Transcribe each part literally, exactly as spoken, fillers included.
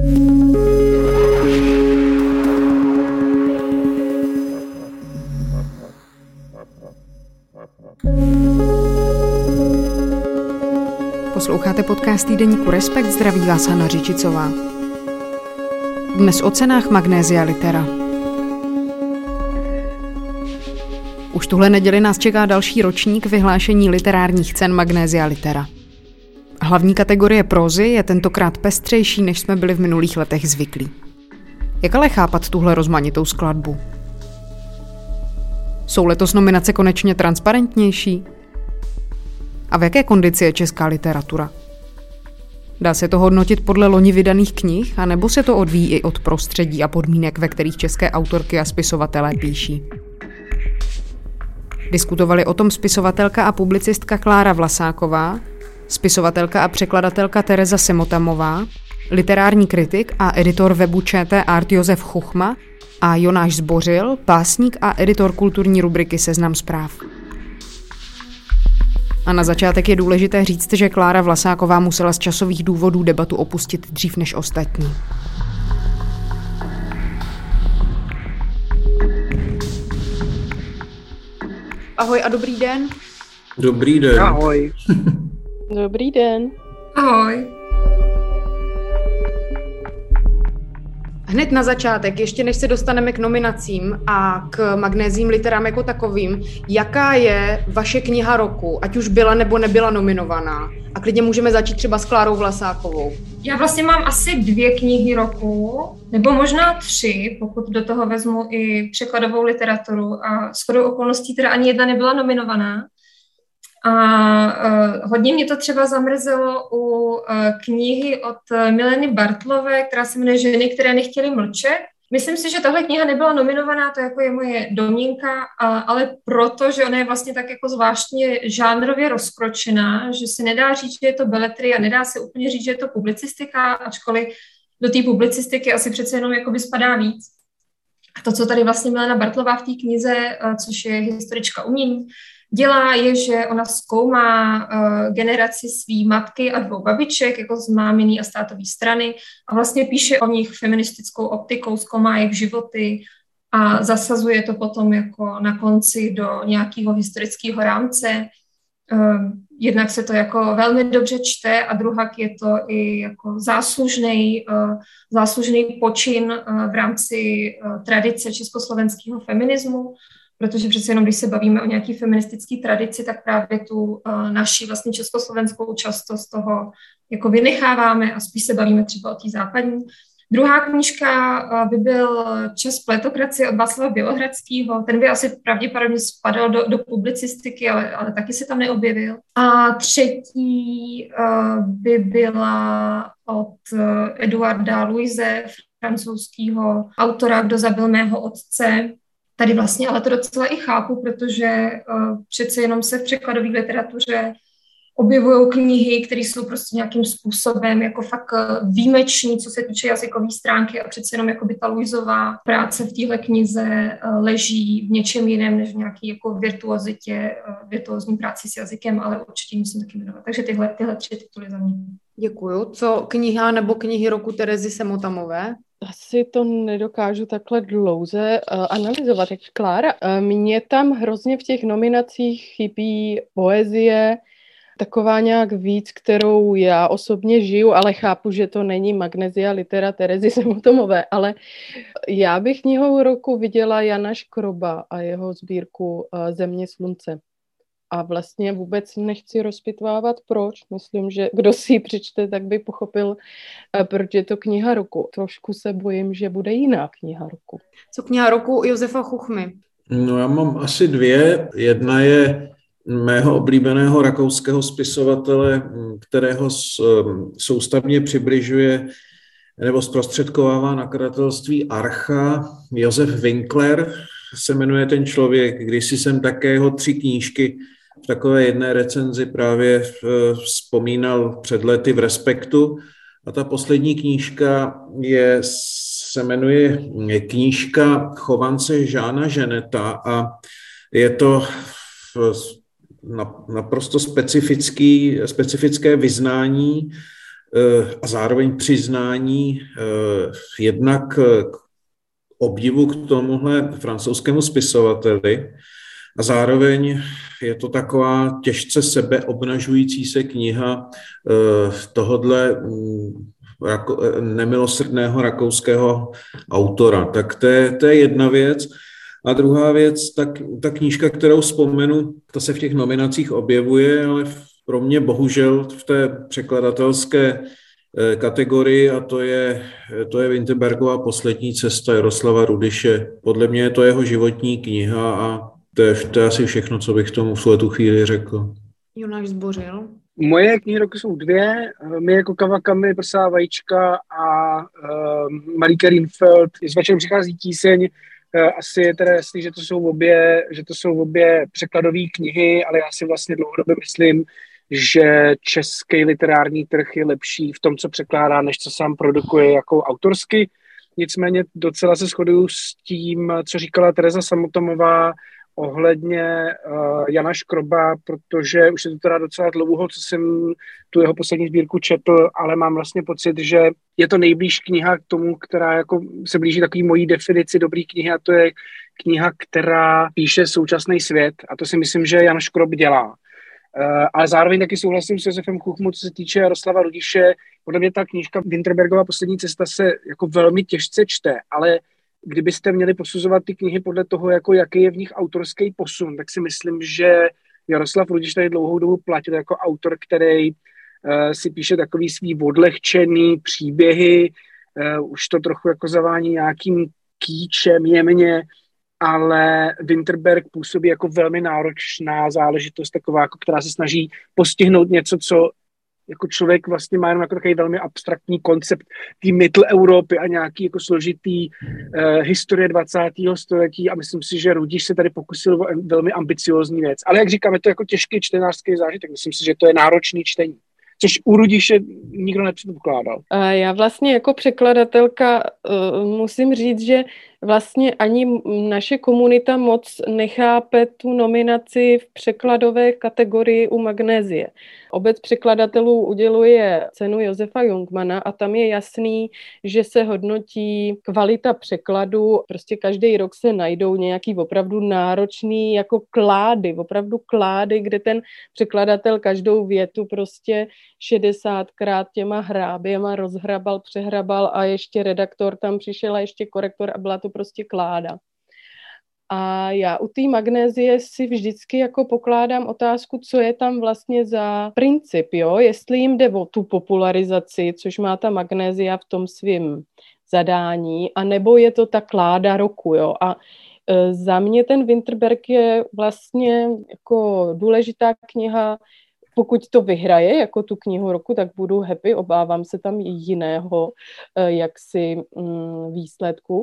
Posloucháte podcast týdeníku Respekt, zdraví vás Hana Řičicová. Dnes o cenách Magnesia Litera. Už tuhle neděli nás čeká další ročník vyhlášení literárních cen Magnesia Litera. Hlavní kategorie prózy je tentokrát pestřejší, než jsme byli v minulých letech zvyklí. Jak ale chápat tuhle rozmanitou skladbu? Jsou letos nominace konečně transparentnější? A v jaké kondici je česká literatura? Dá se to hodnotit podle loni vydaných knih, anebo se to odvíjí i od prostředí a podmínek, ve kterých české autorky a spisovatelé píší? Diskutovali o tom spisovatelka a publicistka Klára Vlasáková, spisovatelka a překladatelka Tereza Semotamová, literární kritik a editor webu ČT Art Josef Chuchma a Jonáš Zbořil, básník a editor kulturní rubriky Seznam zpráv. A na začátek je důležité říct, že Klára Vlasáková musela z časových důvodů debatu opustit dřív než ostatní. Ahoj a dobrý den. Dobrý den. Ahoj. Dobrý den. Ahoj. Hned na začátek, ještě než se dostaneme k nominacím a k Magnéziím literám jako takovým, jaká je vaše kniha roku, ať už byla nebo nebyla nominovaná? A klidně můžeme začít třeba s Klárou Vlasákovou. Já vlastně mám asi dvě knihy roku, nebo možná tři, pokud do toho vezmu i překladovou literaturu. A shodou okolností teda ani jedna nebyla nominovaná. A uh, hodně mě to třeba zamrzelo u uh, knihy od uh, Mileny Bartlové, která se jmenuje Ženy, které nechtěly mlčet. Myslím si, že tahle kniha nebyla nominovaná, to jako je moje domněnka, a, ale proto, že ona je vlastně tak jako zvláštně žánrově rozkročená, že se nedá říct, že je to beletry a nedá se úplně říct, že je to publicistika, ačkoliv do té publicistiky asi přece jenom jakoby spadá víc. A to, co tady vlastně Milena Bartlová v té knize, uh, což je historička umění, dělá, je, že ona zkoumá uh, generaci svý matky a dvou babiček, jako z máminy a státové strany, a vlastně píše o nich feministickou optikou, zkoumá jejich životy a zasazuje to potom jako na konci do nějakého historického rámce. Uh, jednak se to jako velmi dobře čte a druhak je to i jako záslužný, uh, záslužný počin uh, v rámci uh, tradice československého feminismu, protože přece jenom, když se bavíme o nějaké feministické tradici, tak právě tu uh, naši vlastně československou často z toho jako vynecháváme a spíš se bavíme třeba o té západní. Druhá knížka uh, by byl Čas plétokracie od Václava Bělohradského. Ten by asi pravděpodobně spadal do, do publicistiky, ale, ale taky se tam neobjevil. A třetí uh, by byla od uh, Eduarda Louise, francouzského autora, Kdo zabil mého otce. Tady vlastně ale to docela i chápu, protože uh, přece jenom se v překladové literatuře objevují knihy, které jsou prostě nějakým způsobem jako fakt uh, výjimeční, co se týče jazykové stránky, a přece jenom jako by ta Louisová práce v téhle knize uh, leží v něčem jiném, než v nějaký jako virtuozitě, uh, virtuózní práci s jazykem, ale určitě musím taky jmenovat. Takže tyhle, tyhle tři tituly za mě. Děkuju. Co kniha nebo knihy roku Terezy Semotamové? Asi to nedokážu takhle dlouze uh, analyzovat, jak Klára. Uh, mně tam hrozně v těch nominacích chybí poezie, taková nějak víc, kterou já osobně žiju, ale chápu, že to není Magnesia Litera Terezy Semotamové, ale já bych knihou roku viděla Jana Škroba a jeho sbírku uh, Země slunce. A vlastně vůbec nechci rozpitvávat proč. Myslím, že kdo si ji přečte, tak by pochopil, proč je to kniha roku. Trošku se bojím, že bude jiná kniha roku. Co kniha roku Josefa Chuchmy? No já mám asi dvě. Jedna je mého oblíbeného rakouského spisovatele, kterého soustavně přibližuje nebo zprostředkovává nakladatelství Archa. Josef Winkler se jmenuje ten člověk. Kdysi jsem také jeho tři knížky v takové jedné recenzi právě vzpomínal před lety v Respektu. A ta poslední knížka je, se jmenuje knížka Chovance Žána Ženeta a je to naprosto specifický, specifické vyznání a zároveň přiznání jednak k obdivu k tomuhle francouzskému spisovateli a zároveň je to taková těžce sebeobnažující se kniha tohodle nemilosrdného rakouského autora. Tak to je, to je jedna věc. A druhá věc, tak ta knížka, kterou vzpomenu, ta se v těch nominacích objevuje, ale pro mě bohužel v té překladatelské kategorii a to je, to je Winterbergova Poslední cesta Jaroslava Rudyše. Podle mě je to jeho životní kniha a to je, to je asi všechno, co bych tomu v tu chvíli řekl. Jonáš Zbořil. Moje knihy roku jsou dvě. My jako Kawakami, Prsá vajíčka a uh, Malý Kerinfeld. S večerem přichází tíseň. Uh, asi je teda jasný, že to jsou obě, že to jsou obě překladové knihy, ale já si vlastně dlouhodobě myslím, že český literární trh je lepší v tom, co překládá, než co sám produkuje jako autorsky. Nicméně docela se shoduju s tím, co říkala Tereza Samotomová ohledně uh, Jana Škroba, protože už je to teda docela dlouho, co jsem tu jeho poslední sbírku četl, ale mám vlastně pocit, že je to nejblíž kniha k tomu, která jako se blíží takový mojí definici dobrý knihy a to je kniha, která píše současný svět a to si myslím, že Jan Škrob dělá. Uh, ale zároveň taky souhlasím s Josefem Chuchmu, co se týče Jaroslava Rudyše. Podle mě ta knížka Winterbergova Poslední cesta se jako velmi těžce čte, ale kdybyste měli posuzovat ty knihy podle toho, jako jaký je v nich autorský posun, tak si myslím, že Jaroslav Rudyš tady dlouhou dobu platil jako autor, který uh, si píše takový svý odlehčený příběhy, uh, už to trochu jako zavání nějakým kýčem jemně, ale Winterberg působí jako velmi náročná záležitost, taková, jako, která se snaží postihnout něco, co jako člověk vlastně má jenom jako takový velmi abstraktní koncept té Middle Evropy a nějaký jako složitý uh, historie dvacátého století a myslím si, že Rudyš se tady pokusil o velmi ambiciózní věc. Ale jak říkám, je to jako těžký čtenářský zážitek, myslím si, že to je náročný čtení. Což u Rudyše nikdo nepředpokládal. Já vlastně jako překladatelka uh, musím říct, že vlastně ani naše komunita moc nechápe tu nominaci v překladové kategorii u Magnézie. Obec překladatelů uděluje cenu Josefa Jungmana a tam je jasný, že se hodnotí kvalita překladu. Prostě každý rok se najdou nějaký opravdu náročný jako klády, opravdu klády, kde ten překladatel každou větu prostě šedesátkrát těma hráběma rozhrabal, přehrabal a ještě redaktor tam přišel a ještě korektor a byla to prostě kláda. A já u té Magnézie si vždycky jako pokládám otázku, co je tam vlastně za princip, jo? Jestli jim jde o tu popularizaci, což má ta Magnézia v tom svým zadání, anebo je to ta kláda roku, jo? A e, za mě ten Winterberg je vlastně jako důležitá kniha. Pokud to vyhraje jako tu knihu roku, tak budu happy, obávám se tam i jiného jaksi výsledku,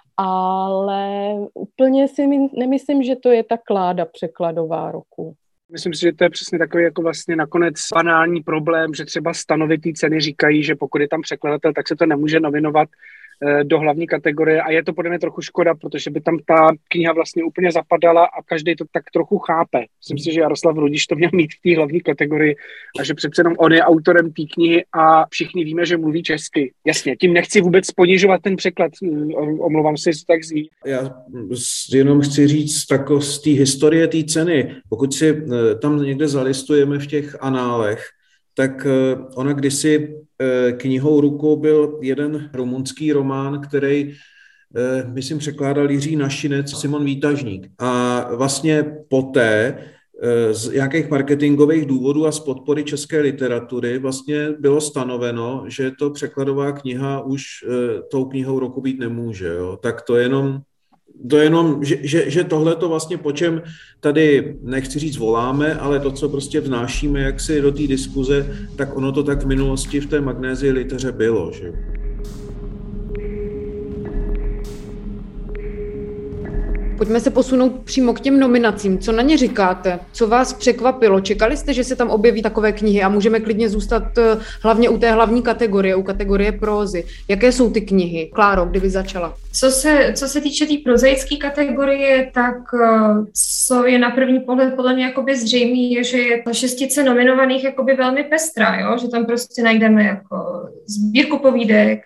ale úplně si nemyslím, že to je ta kláda překladová roku. Myslím si, že to je přesně takový jako vlastně nakonec banální problém, že třeba stanovitý ceny říkají, že pokud je tam překladatel, tak se to nemůže nominovat do hlavní kategorie a je to podle mě trochu škoda, protože by tam ta kniha vlastně úplně zapadala a každý to tak trochu chápe. Myslím si, že Jaroslav Rudyš to měl mít v té hlavní kategorii a že přece jenom on je autorem té knihy a všichni víme, že mluví česky. Jasně, tím nechci vůbec ponižovat ten překlad, omlouvám se, jestli tak zní. Já jenom chci říct tak z té historie té ceny, pokud si tam někde zalistujeme v těch análech, tak ona kdysi knihou rukou byl jeden rumunský román, který, myslím, překládal Jiří Našinec, Simon Výtažník. A vlastně poté z nějakých marketingových důvodů a z podpory české literatury vlastně bylo stanoveno, že to překladová kniha už tou knihou roku být nemůže. Jo? Tak to jenom... To jenom, že, že, že tohle to vlastně, po čem tady, nechci říct voláme, ale to, co prostě vnášíme jaksi do té diskuze, tak ono to tak v minulosti v té Magnézii liteře bylo. Že? Pojďme se posunout přímo k těm nominacím. Co na ně říkáte? Co vás překvapilo? Čekali jste, že se tam objeví takové knihy a můžeme klidně zůstat hlavně u té hlavní kategorie, u kategorie prózy. Jaké jsou ty knihy? Kláro, kdyby začala. Co se, co se týče té tý prozaické kategorie, tak co je na první pohled podle mě jakoby zřejmý, je, že je ta šestice nominovaných jakoby velmi pestrá, jo? Že tam prostě najdeme jako sbírku povídek,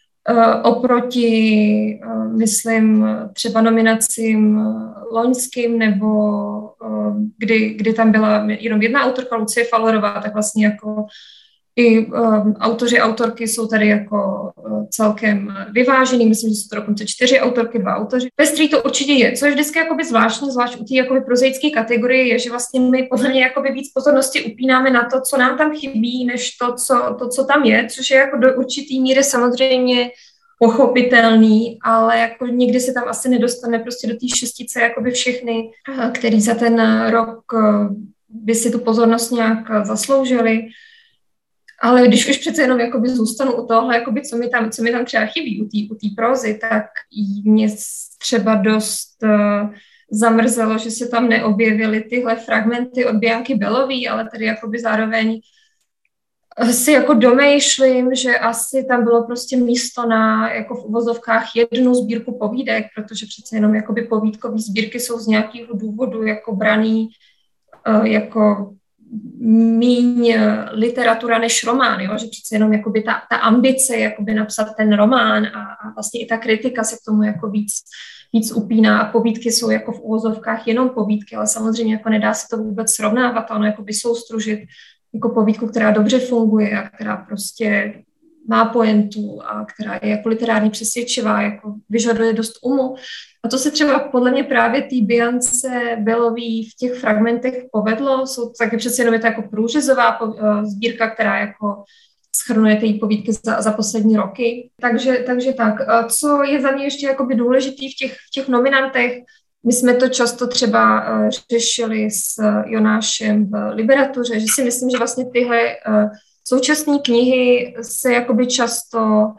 oproti, myslím, třeba nominacím loňským, nebo kdy, kdy tam byla jenom jedna autorka, Lucie Fallerová, tak vlastně jako i um, autoři, autorky jsou tady jako uh, celkem vyvážený, myslím, že jsou to dokonce čtyři autorky, dva autoři. Pestrý to určitě je, co je vždycky jakoby zvláštní, zvlášť u té jakoby prozaické kategorie, je, že vlastně my podle mě jakoby víc pozornosti upínáme na to, co nám tam chybí, než to, co, to, co tam je, což je jako do určitý míry samozřejmě pochopitelný, ale jako nikdy se tam asi nedostane prostě do té šestice jakoby všechny, který za ten rok by si tu pozornost nějak zasloužili. Ale když už přece jenom jakoby zůstanu u tohle, jakoby, co, mi tam, co mi tam třeba chybí u té u té prózy, tak mě třeba dost uh, zamrzelo, že se tam neobjevily tyhle fragmenty od Bianky Belový, ale tady jakoby zároveň si jako domýšlím, že asi tam bylo prostě místo na jako v uvozovkách jednu sbírku povídek, protože přece jenom jakoby povídkové sbírky jsou z nějakého důvodu jako braný uh, jako míň literatura než román, jo? Že přece jenom jakoby ta, ta ambice jakoby napsat ten román a, a vlastně i ta kritika se k tomu jako víc, víc upíná a povídky jsou jako v uvozovkách jenom povídky, ale samozřejmě jako nedá se to vůbec srovnávat, ono jakoby soustružit jako povídku, která dobře funguje a která prostě má pointu a která je jako literárně přesvědčivá, jako vyžaduje dost umu. A to se třeba podle mě právě té Biance Belový v těch fragmentech povedlo. Jsou taky přece jenom je to jako průřezová sbírka, která jako shrnuje ty povídky za, za poslední roky. Takže, takže tak. Co je za mě ještě jakoby důležitý v těch, v těch nominantech, my jsme to často třeba uh, řešili s Jonášem v Liberatuře, že si myslím, že vlastně tyhle uh, současné knihy se jakoby často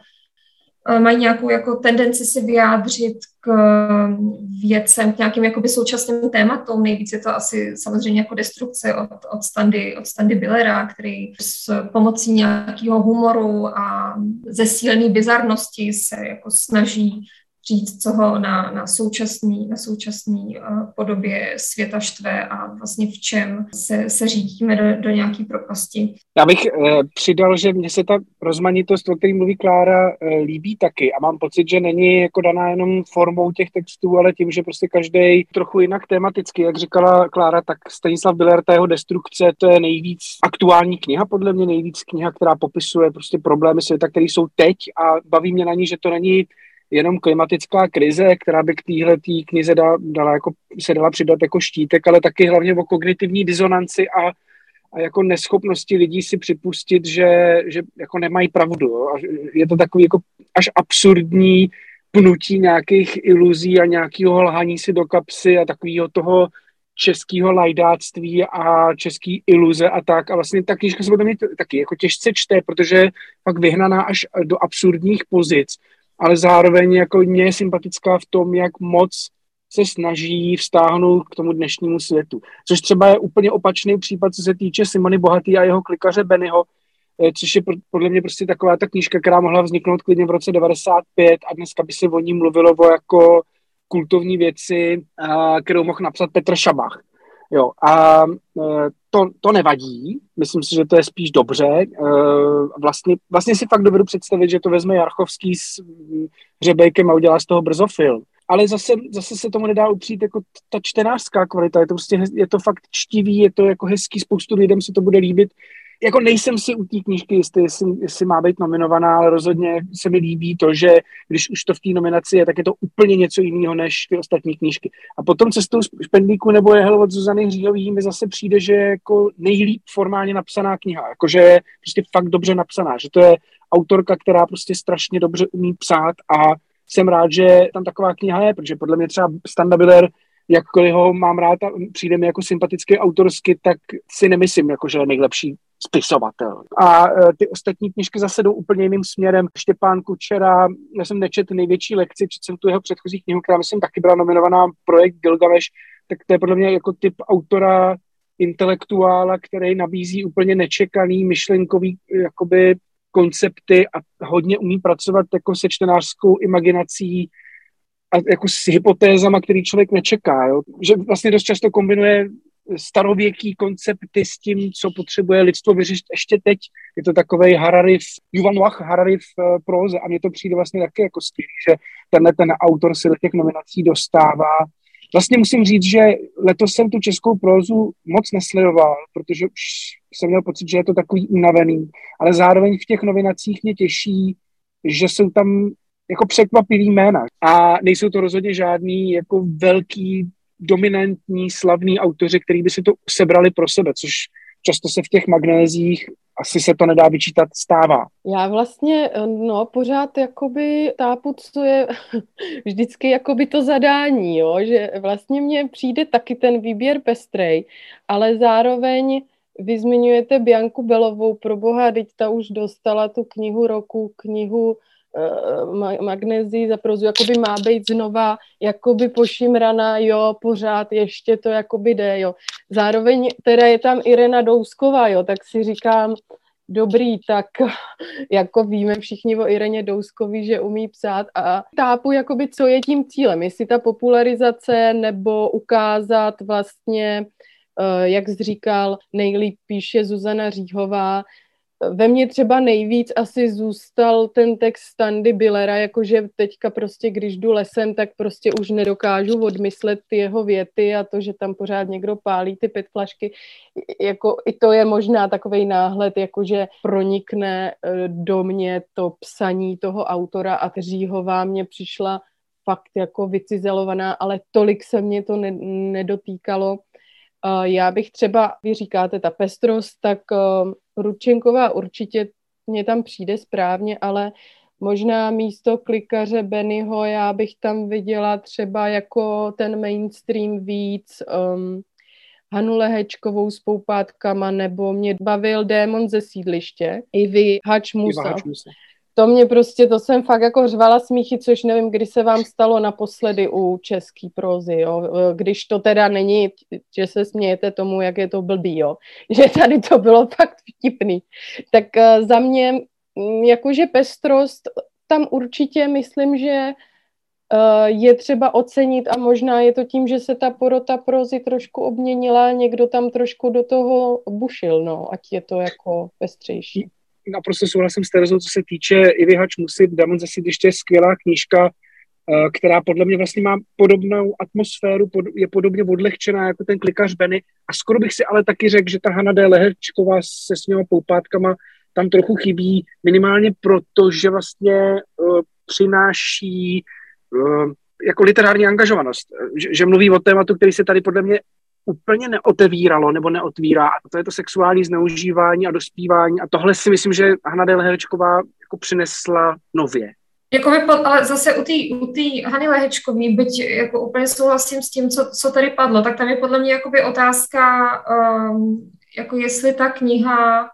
uh, mají nějakou jako tendenci si vyjádřit k uh, věcem, k nějakým jakoby současným tématům. Nejvíc je to asi samozřejmě jako Destrukce od, od Standy, od Standy Billera, který s pomocí nějakého humoru a zesílené bizarnosti se jako snaží říct, co ho na, na současný, na současný uh, podobě světa štve a vlastně v čem se, se řídíme do, do nějaký propasti. Já bych uh, přidal, že mně se ta rozmanitost, o které mluví Klára, uh, líbí taky a mám pocit, že není jako daná jenom formou těch textů, ale tím, že prostě každý trochu jinak tematicky, jak říkala Klára, tak Stanislav Biller, ta jeho Destrukce, to je nejvíc aktuální kniha, podle mě nejvíc kniha, která popisuje prostě problémy světa, které jsou teď a baví mě na ní, že to není jenom klimatická krize, která by k téhletý knize dala, dala jako, se dala přidat jako štítek, ale taky hlavně o kognitivní disonanci a, a jako neschopnosti lidí si připustit, že, že jako nemají pravdu. Jo? A je to takový jako až absurdní pnutí nějakých iluzí a nějakého lhaní si do kapsy a takového toho českého lajdáctví a český iluze a tak. A vlastně ta knížka se bude mít taky jako těžce čte, protože je fakt vyhnaná až do absurdních pozic. Ale zároveň jako mě je sympatická v tom, jak moc se snaží vztáhnout k tomu dnešnímu světu. Což třeba je úplně opačný případ, co se týče Simony Bohatý a jeho klikaře Bennyho, což je podle mě prostě taková ta knížka, která mohla vzniknout klidně v roce devadesát pět a dneska by se o ní mluvilo o jako kultovní věci, kterou mohl napsat Petr Šabach. Jo, a to, to nevadí, myslím si, že to je spíš dobře. Vlastně, vlastně si fakt dovedu představit, že to vezme Jarchovský s Hřebejkem a udělá z toho brzo film. Ale zase, zase se tomu nedá upřít jako ta čtenářská kvalita, je to, prostě, je to fakt čtivý, je to jako hezký, spoustu lidem se to bude líbit. Jako nejsem si u té knížky jistý, jestli, jestli má být nominovaná, ale rozhodně se mi líbí to, že když už to v té nominaci je, tak je to úplně něco jiného než ty ostatní knížky. A potom Cestou špendlíku nebo Jehel od Zuzany Hříhový mi zase přijde, že je jako nejlíp formálně napsaná kniha, jakože je prostě fakt dobře napsaná, že to je autorka, která prostě strašně dobře umí psát a jsem rád, že tam taková kniha je, protože podle mě třeba Standa Biller jakkoliv ho mám rád a přijde mi jako sympatický autorsky, tak si nemyslím, jako, že je nejlepší spisovatel. A ty ostatní knížky zase jdou úplně jiným směrem. Štěpán Kučera, já jsem nečetl Největší lekci, četl jsem tu jeho předchozí knihu, která myslím taky byla nominovaná Projekt Gilgameš, tak to je podle mě jako typ autora, intelektuála, který nabízí úplně nečekaný myšlenkový jakoby koncepty a hodně umí pracovat jako se čtenářskou imaginací a jako s hypotézama, který člověk nečeká. Jo? Že vlastně dost často kombinuje starověký koncepty s tím, co potřebuje lidstvo vyřešit ještě teď. Je to takovej Harari, Yuval Noah Harari v próze a mně to přijde vlastně taky jako skvělý, že tenhle ten autor se do těch nominací dostává. Vlastně musím říct, že letos jsem tu českou prózu moc nesledoval, protože už jsem měl pocit, že je to takový unavený, ale zároveň v těch nominacích mě těší, že jsou tam jako překvapivý jména a nejsou to rozhodně žádný jako velký, dominantní, slavný autoři, který by si to sebrali pro sebe, což často se v těch magnézích, asi se to nedá vyčítat, stává. Já vlastně, no, pořád jakoby tápu, co je vždycky jakoby to zadání, jo, že vlastně mně přijde taky ten výběr pestrej, ale zároveň vy zmiňujete Bianku Belovou, proboha, teď ta už dostala tu knihu roku, knihu uh, Magnézii za prózu, jakoby má být znova jakoby pošimraná, jo, pořád ještě to jakoby jde, jo. Zároveň teda je tam Irena Dousková, jo, tak si říkám, dobrý, tak jako víme všichni o Ireně Douskovi, že umí psát a tápu, jakoby, co je tím cílem, jestli ta popularizace nebo ukázat vlastně, jak jsi říkal, nejlíp píše Zuzana Říhová. Ve mně třeba nejvíc asi zůstal ten text Standy Billera, jakože teďka prostě, když jdu lesem, tak prostě už nedokážu odmyslet ty jeho věty a to, že tam pořád někdo pálí ty petflašky, jako i to je možná takovej náhled, jakože pronikne do mě to psaní toho autora a Říhová mě přišla fakt jako vycizelovaná, ale tolik se mě to ne- nedotýkalo. Já bych třeba, vy říkáte ta pestrost, tak Rudčenková určitě mě tam přijde správně, ale možná místo klikaře Bennyho já bych tam viděla třeba jako ten mainstream víc um, Hanu Lehečkovou s Poupátkama, nebo mě bavil Démon ze sídliště, Ivy Hačmusa. To mě prostě, to jsem fakt jako řvala smíchy, což nevím, kdy se vám stalo naposledy u český prózy, jo. Když to teda není, že se smějete tomu, jak je to blbý, jo. Že tady to bylo fakt vtipný. Tak uh, za mě, jakože pestrost, tam určitě myslím, že uh, je třeba ocenit a možná je to tím, že se ta porota prózy trošku obměnila, někdo tam trošku do toho bušil, no, ať je to jako pestřejší. Naprosto souhlasím s Terezou, co se týče Ivy Hačmusy. Démon ze sídliště je skvělá knížka, která podle mě vlastně má podobnou atmosféru, je podobně odlehčená jako ten klikař Benny. A skoro bych si ale taky řekl, že ta Hana D. Lehečková se svými Poupátkama tam trochu chybí, minimálně proto, že vlastně uh, přináší uh, jako literární angažovanost. Že, že mluví o tématu, který se tady podle mě úplně neotevíralo nebo neotvírá. A to je to sexuální zneužívání a dospívání. A tohle si myslím, že Hana D. Lehečková jako přinesla nově. Jako vypad, ale zase u té u té Hany Lehečkové, byť jako úplně souhlasím s tím, co, co tady padlo, tak tam je podle mě jakoby otázka, um, jako jestli ta kniha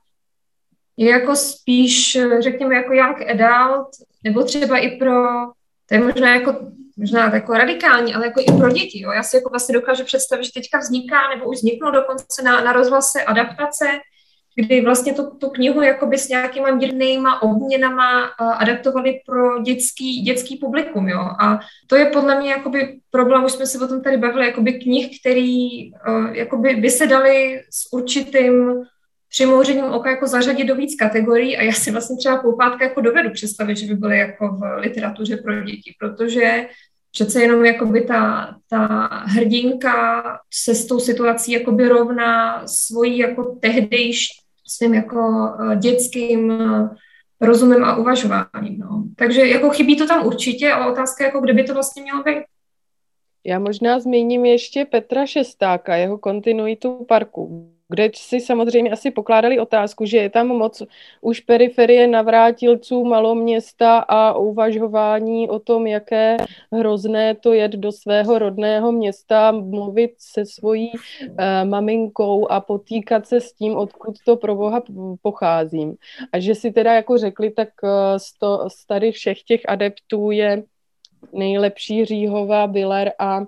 je jako spíš, řekněme, jako young adult, nebo třeba i pro, to je možná jako možná jako radikální, ale jako i pro děti. Jo. Já si jako vlastně dokážu představit, že teďka vzniká, nebo už vzniknou dokonce na, na rozhlase adaptace, kdy vlastně tu, tu knihu jakoby s nějakýma mírnýma obměnama uh, adaptovali pro dětský, dětský publikum. Jo. A to je podle mě jakoby problém, už jsme se o tom tady bavili, jakoby knih, který uh, jakoby by se dali s určitým přimouřením oka jako zařadit do víc kategorií a já si vlastně třeba Poupátka jako dovedu představit, že by byly jako v literatuře pro děti, protože přece jenom jakoby ta, ta hrdinka se s tou situací jakoby rovná svojí jako tehdejš svým jako dětským rozumem a uvažováním. No. Takže jako chybí to tam určitě, ale otázka jako kde by to vlastně mělo být. Já možná zmíním ještě Petra Šestáka, jeho kontinuitu parku. kde si samozřejmě asi pokládali otázku, že je tam moc už periferie navrátilců, maloměsta a uvažování o tom, jaké hrozné to jet do svého rodného města, mluvit se svojí uh, maminkou a potýkat se s tím, odkud to pro boha pocházím. A že si teda jako řekli, tak uh, z, to, z tady všech těch adeptů je nejlepší Říhová, Biller a,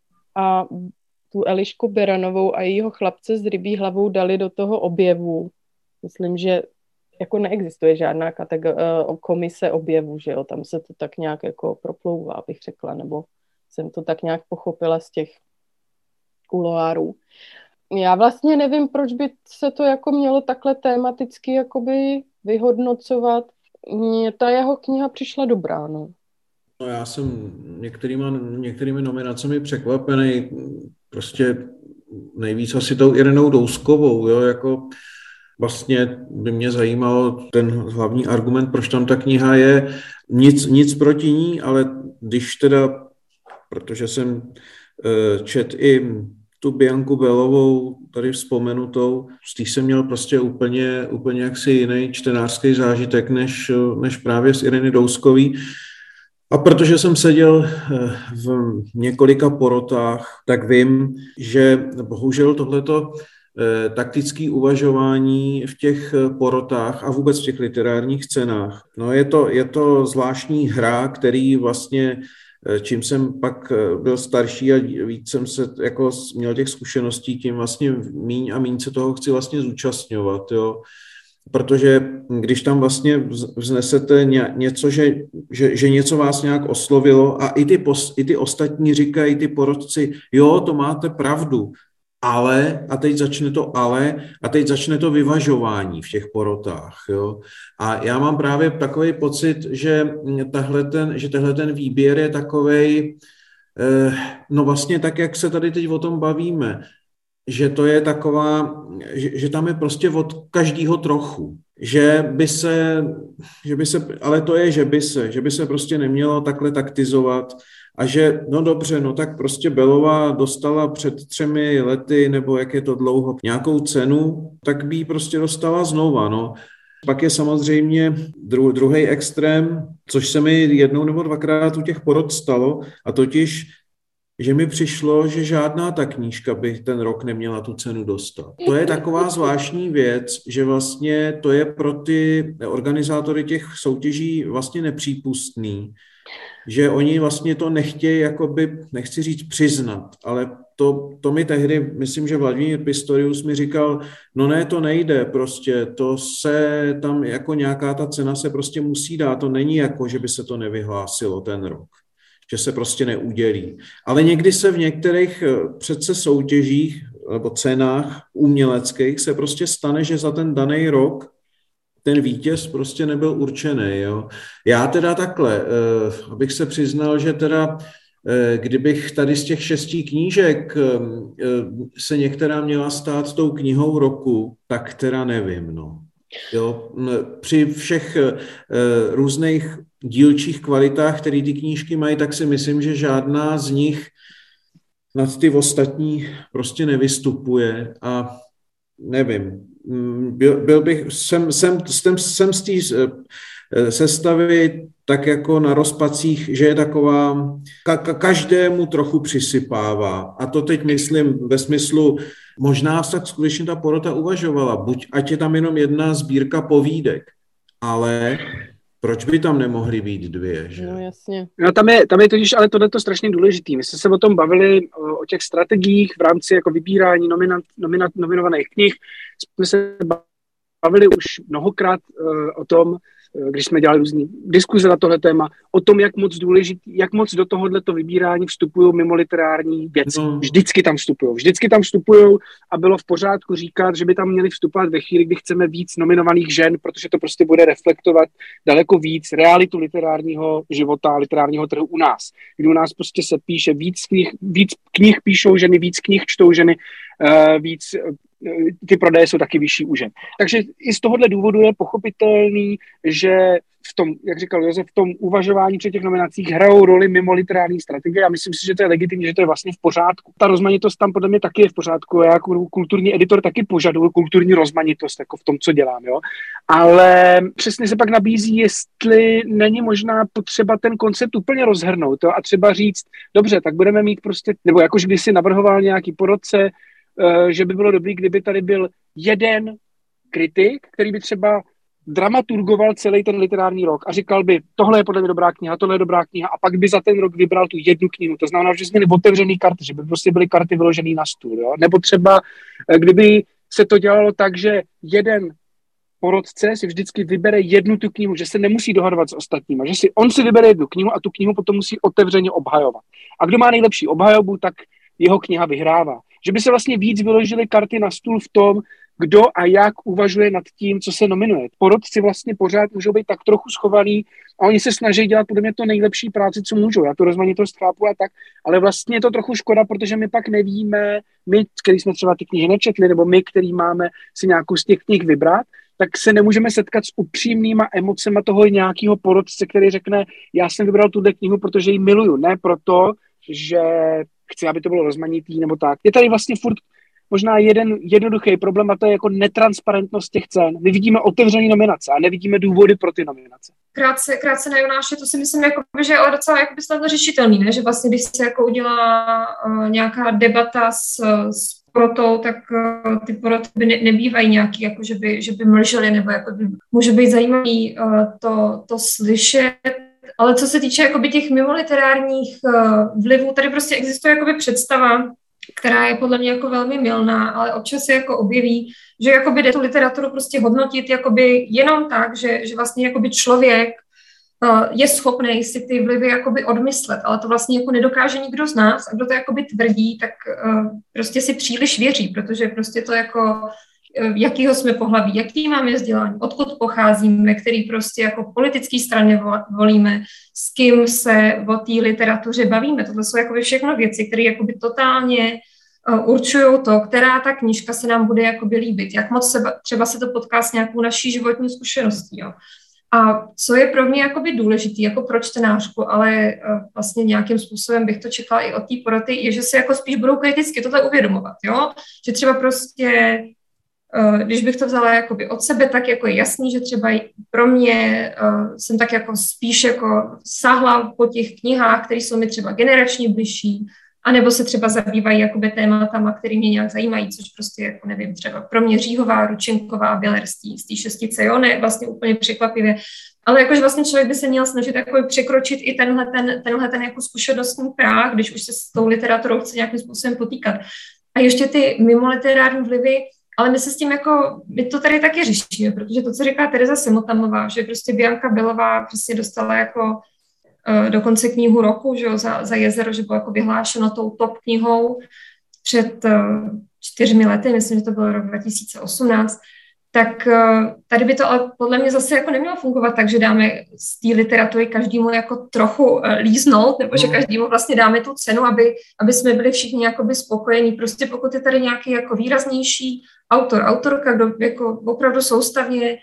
a tu Elišku Beranovou a jejího chlapce s rybí hlavou dali do toho objevu. Myslím, že jako neexistuje žádná kategor- komise objevu, že jo, tam se to tak nějak jako proplouvá, bych řekla, nebo jsem to tak nějak pochopila z těch kuloárů. Já vlastně nevím, proč by se to jako mělo takhle tematicky jakoby vyhodnocovat. Mně ta jeho kniha přišla dobrá, no. No já jsem některýma, některými nominacemi překvapený, prostě nejvíc asi tou Irenou Douskovou, jo, jako vlastně by mě zajímalo ten hlavní argument, proč tam ta kniha je, nic, nic proti ní, ale když teda, protože jsem uh, čet i tu Bianku Belovou, tady vzpomenutou, z těch jsem měl prostě úplně, úplně jaksi jiný čtenářský zážitek, než, než právě z Ireny Douskový. A protože jsem seděl v několika porotách, tak vím, že bohužel tohleto taktické uvažování v těch porotách a vůbec v těch literárních cenách, no je to, je to zvláštní hra, který vlastně, čím jsem pak byl starší a víc jsem se jako měl těch zkušeností, tím vlastně míň a míň se toho chci vlastně zúčastňovat, jo. Protože když tam vlastně vznesete něco, že, že, že něco vás nějak oslovilo a i ty, pos, i ty ostatní říkají, ty porotci, jo, to máte pravdu, ale, a teď začne to ale, a teď začne to vyvažování v těch porotách, jo. A já mám právě takový pocit, že tahle ten, že tahle ten výběr je takovej, eh, no vlastně tak, jak se tady teď o tom bavíme, že to je taková, že, že tam je prostě od každého trochu, že by se, že by se, ale to je, že by se, že by se prostě nemělo takhle taktizovat a že, no dobře, no tak prostě Belová dostala před třemi lety, nebo jak je to dlouho, nějakou cenu, tak by ji prostě dostala znova, no. Pak je samozřejmě dru, druhý extrém, což se mi jednou nebo dvakrát u těch porod stalo, a totiž že mi přišlo, že žádná ta knížka by ten rok neměla tu cenu dostat. To je taková zvláštní věc, že vlastně to je pro ty organizátory těch soutěží vlastně nepřípustný, že oni vlastně to nechtějí, jakoby, nechci říct přiznat, ale to, to mi tehdy, myslím, že Vladimír Pistorius mi říkal, no ne, to nejde prostě, to se tam jako nějaká ta cena se prostě musí dát, to není jako, že by se to nevyhlásilo ten rok, že se prostě neudělí. Ale někdy se v některých přece soutěžích nebo cenách uměleckých se prostě stane, že za ten daný rok ten vítěz prostě nebyl určený. Jo. Já teda takhle, eh, abych se přiznal, že teda eh, kdybych tady z těch šesti knížek eh, se některá měla stát tou knihou roku, tak teda nevím, no. Jo, při všech uh, různých dílčích kvalitách, které ty knížky mají, tak si myslím, že žádná z nich nad ty ostatní prostě nevystupuje a nevím, byl, byl bych, jsem, jsem, jsem, jsem z té sestavy tak jako na rozpacích, že je taková, ka, ka, každému trochu přisypává. A to teď myslím ve smyslu, možná tak skutečně ta porota uvažovala, buď ať je tam jenom jedna sbírka povídek, ale proč by tam nemohly být dvě, že? No jasně. No tam je, tam je totiž ale tohleto strašně důležitý. My jsme se o tom bavili, o, o těch strategiích v rámci jako vybírání nominat, nominat, nominovaných knih. Jsme se bavili už mnohokrát uh, o tom, když jsme dělali různý diskuze na tohle téma, o tom, jak moc důležitý, jak moc do tohohleto vybírání vstupují mimo literární věci. No. Vždycky tam vstupují. Vždycky tam vstupují a bylo v pořádku říkat, že by tam měli vstupovat ve chvíli, kdy chceme víc nominovaných žen, protože to prostě bude reflektovat daleko víc realitu literárního života, literárního trhu u nás. Kdy u nás prostě se píše víc knih, víc knih píšou ženy, víc knih čtou ženy, uh, víc ty prodeje jsou taky vyšší u žen. Takže i z tohohle důvodu je pochopitelný, že v tom, jak říkal Josef, v tom uvažování při těch nominacích hrajou roli mimo literární strategie. Já myslím si, že to je legitimní, že to je vlastně v pořádku. Ta rozmanitost tam podle mě taky je v pořádku. Já jako kulturní editor taky požaduju kulturní rozmanitost jako v tom, co dělám. Jo? Ale přesně se pak nabízí, jestli není možná potřeba ten koncept úplně rozhrnout, jo? A třeba říct, dobře, tak budeme mít prostě, nebo jakož by si navrhoval nějaký porodce, že by bylo dobrý, kdyby tady byl jeden kritik, který by třeba dramaturgoval celý ten literární rok a říkal by, tohle je podle mě dobrá kniha, tohle je dobrá kniha a pak by za ten rok vybral tu jednu knihu. To znamená, že jsme měli otevřený karty, že by prostě byly karty vyložený na stůl. Jo? Nebo třeba, kdyby se to dělalo tak, že jeden porodce si vždycky vybere jednu tu knihu, že se nemusí dohadovat s ostatníma, že si on si vybere jednu knihu a tu knihu potom musí otevřeně obhajovat. A kdo má nejlepší obhajobu, tak jeho kniha vyhrává. Že by se vlastně víc vyložily karty na stůl v tom, kdo a jak uvažuje nad tím, co se nominuje. Porodci vlastně pořád můžou být tak trochu schovaný a oni se snaží dělat podle mě to nejlepší práci, co můžou. Já tu rozmanitost chápu a tak, ale vlastně je to trochu škoda, protože my pak nevíme, my, který jsme třeba ty knihy nečetli, nebo my, který máme si nějakou z těch knih vybrat, tak se nemůžeme setkat s upřímnýma emocema toho nějakého porodce, který řekne, já jsem vybral tuhle knihu, protože ji miluju, ne proto, že chci, aby to bylo rozmanitý nebo tak. Je tady vlastně furt možná jeden jednoduchý problém a to je jako netransparentnost těch cen. My vidíme otevřené nominace a nevidíme důvody pro ty nominace. Krátce, krátce na Jonáše, to si myslím, jako, že je docela jako snadno řešitelný, ne? Že vlastně, když se jako udělá uh, nějaká debata s, s porotou, tak uh, ty poroty by ne, nebývají nějaký, jako že by, že by mlžely, nebo jako by, může být zajímavý uh, to, to slyšet. Ale co se týče jakoby těch mimoliterárních uh, vlivů, tady prostě existuje jakoby představa, která je podle mě jako velmi mylná, ale občas se jako objeví, že jakoby jde tu literaturu prostě hodnotit jakoby jenom tak, že, že vlastně jakoby člověk uh, je schopný si ty vlivy jakoby odmyslet, ale to vlastně jako nedokáže nikdo z nás a kdo to jakoby tvrdí, tak uh, prostě si příliš věří, protože prostě to jako jakýho jsme pohlaví, jaký máme vzdělání, odkud pocházíme, který prostě jako politický straně volíme, s kým se o té literatuře bavíme. Tohle jsou jakoby všechno věci, které jakoby totálně uh, určují to, která ta knížka se nám bude jakoby líbit, jak moc se, třeba se to potká s nějakou naší životní zkušeností. Jo. A co je pro mě jakoby důležitý, jako pro čtenářku, ale uh, vlastně nějakým způsobem bych to čekala i od té poroty, je, že se jako spíš budou kriticky tohle uvědomovat, jo? Že třeba prostě když bych to vzala jakoby od sebe, tak jako je jasný, že třeba pro mě uh, jsem tak jako spíš jako sáhla po těch knihách, které jsou mi třeba generačně bližší, anebo se třeba zabývají jakoby tématama, které mě nějak zajímají, což prostě jako nevím, třeba pro mě Říhová, Ručenková, Běler z té šestice, jo, ne vlastně úplně překvapivě, ale jakože vlastně člověk by se měl snažit jako překročit i tenhle ten, tenhle ten jako zkušenostní práh, když už se s tou literaturou chce nějakým způsobem potýkat. A ještě ty mimoliterární vlivy. Ale my se s tím jako, my to tady taky řešíme, protože to, co říká Tereza Semotamová, že prostě Bianka Belová prostě dostala jako uh, dokonce knihu roku, že jo, za, za Jezero, že bylo jako vyhlášeno tou top knihou před uh, čtyřmi lety, myslím, že to bylo rok dva tisíce osmnáct, tak uh, tady by to ale podle mě zase jako nemělo fungovat tak, že dáme z té literatury každému jako trochu uh, líznout, nebo že každému vlastně dáme tu cenu, aby, aby jsme byli všichni jakoby spokojení. Prostě pokud je tady nějaký jako výraznější autor, autorka, kdo jako opravdu soustavně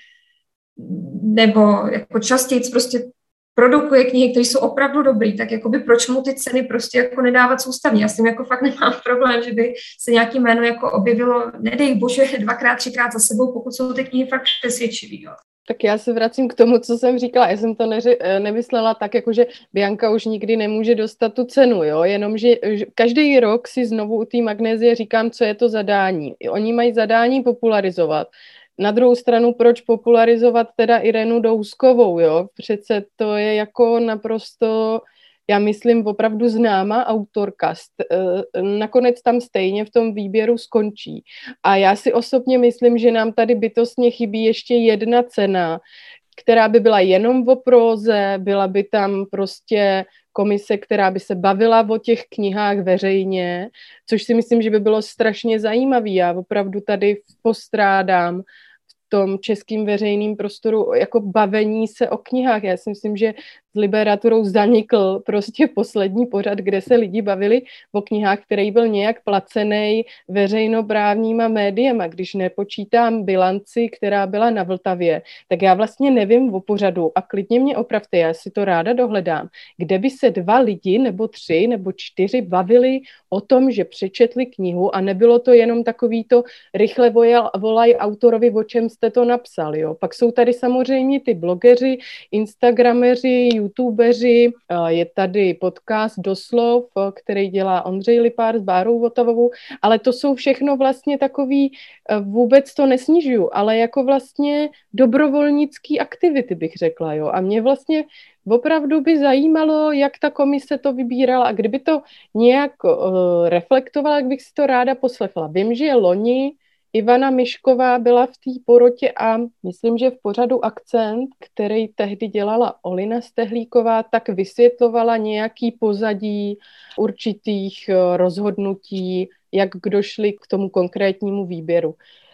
nebo jako častěji prostě produkuje knihy, které jsou opravdu dobrý, tak jakoby proč mu ty ceny prostě jako nedávat soustavně? Já s tím jako fakt nemám problém, že by se nějaký jméno jako objevilo, nedej bože, dvakrát, třikrát za sebou, pokud jsou ty knihy fakt přesvědčivý. Jo. Tak já se vracím k tomu, co jsem říkala. Já jsem to neři, nemyslela tak, jako že Bianka už nikdy nemůže dostat tu cenu, jo? Jenomže každý rok si znovu u té Magnézie říkám, co je to zadání. Oni mají zadání popularizovat. Na druhou stranu, proč popularizovat teda Irenu Douskovou, jo? Přece to je jako naprosto, já myslím, opravdu známá autorka. Nakonec tam stejně v tom výběru skončí. A já si osobně myslím, že nám tady bytostně chybí ještě jedna cena, která by byla jenom o próze, byla by tam prostě komise, která by se bavila o těch knihách veřejně, což si myslím, že by bylo strašně zajímavé. Já opravdu tady postrádám v tom českým veřejným prostoru jako bavení se o knihách. Já si myslím, že s literaturou zanikl prostě poslední pořad, kde se lidi bavili o knihách, který byl nějak placený veřejnoprávníma médiema. Když nepočítám bilanci, která byla na Vltavě, tak já vlastně nevím o pořadu a klidně mě opravte, já si to ráda dohledám, kde by se dva lidi nebo tři nebo čtyři bavili o tom, že přečetli knihu a nebylo to jenom takový to rychle volaj, volaj autorovi, o čem jste to napsal. Jo? Pak jsou tady samozřejmě ty blogeři, instagrameři, youtubeři, je tady podcast Doslov, který dělá Ondřej Lipár s Bárou Votavovou, ale to jsou všechno vlastně takový, vůbec to nesnižuju, ale jako vlastně dobrovolnický aktivity bych řekla. Jo? A mě vlastně opravdu by zajímalo, jak ta komise to vybírala a kdyby to nějak uh, reflektovala, jak bych si to ráda poslechla. Vím, že loni Ivana Mišková byla v té porotě a myslím, že v pořadu Akcent, který tehdy dělala Olina Stehlíková, tak vysvětlovala nějaký pozadí určitých uh, rozhodnutí, jak kdo šli k tomu konkrétnímu výběru.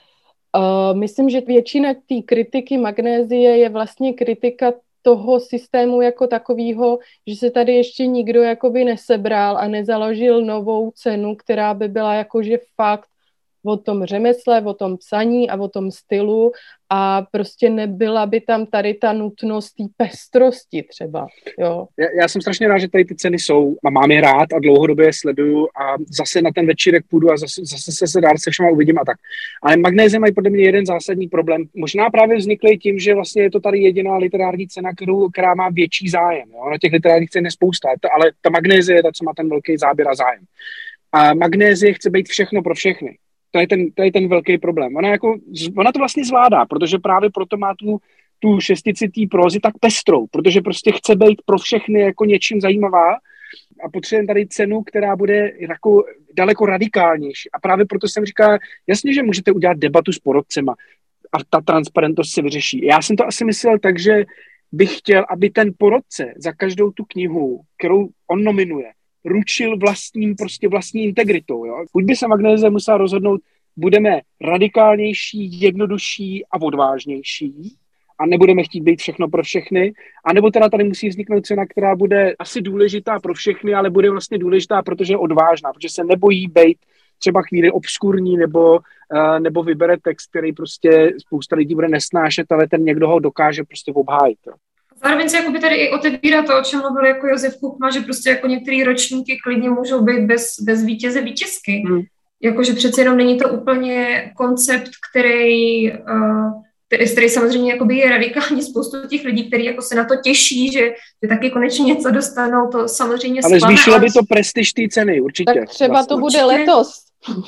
Uh, myslím, že většina té kritiky magnézie je vlastně kritika toho systému jako takového, že se tady ještě nikdo jakoby nesebral a nezaložil novou cenu, která by byla jakože fakt o tom řemesle, o tom psaní a o tom stylu a prostě nebyla by tam tady ta nutnost té pestrosti třeba. Jo. Já, já jsem strašně rád, že tady ty ceny jsou a mám je rád a dlouhodobě je sleduju a zase na ten večírek půjdu a zase, zase se se dál se všema uvidím a tak. Ale magnézie mají podle mě jeden zásadní problém. Možná právě vznikly tím, že vlastně je to tady jediná literární cena, kterou, která má větší zájem. Jo. Na těch literárních cen je spousta, ale ta magnézie je ta, co má ten velký záběr a zájem. A magnézie chce být všechno pro všechny. To je ten, to je ten velký problém. Ona, jako, ona to vlastně zvládá, protože právě proto má tu, tu šestici té prózy tak pestrou, protože prostě chce být pro všechny jako něčím zajímavá a potřebujeme tady cenu, která bude jako daleko radikálnější. A právě proto jsem říkal, jasně, že můžete udělat debatu s porotcema a ta transparentnost se vyřeší. Já jsem to asi myslel tak, že bych chtěl, aby ten porotce za každou tu knihu, kterou on nominuje, ručil vlastním, prostě vlastní integritou. Jo? Buď by se magnézie musela rozhodnout, budeme radikálnější, jednodušší a odvážnější a nebudeme chtít být všechno pro všechny, anebo teda tady musí vzniknout cena, která bude asi důležitá pro všechny, ale bude vlastně důležitá, protože je odvážná, protože se nebojí být třeba chvíli obskurní nebo, uh, nebo vybere text, který prostě spousta lidí bude nesnášet, ale ten někdo ho dokáže prostě obhájit. Jo? Zároveň se jakoby tady i otevírá to, o čem mluvil jako Josef Kuchma, že prostě jako některé ročníky klidně můžou být bez, bez vítěze vítězky. Hmm. Jakože přece jenom není to úplně koncept, který, uh, který, který samozřejmě jakoby je radikální spoustu těch lidí, kteří jako se na to těší, že, že taky konečně něco dostanou, to samozřejmě ale sklame, zvýšilo ale... by to prestiž té ceny, určitě. Tak třeba vlastně. To bude určitě. Letos.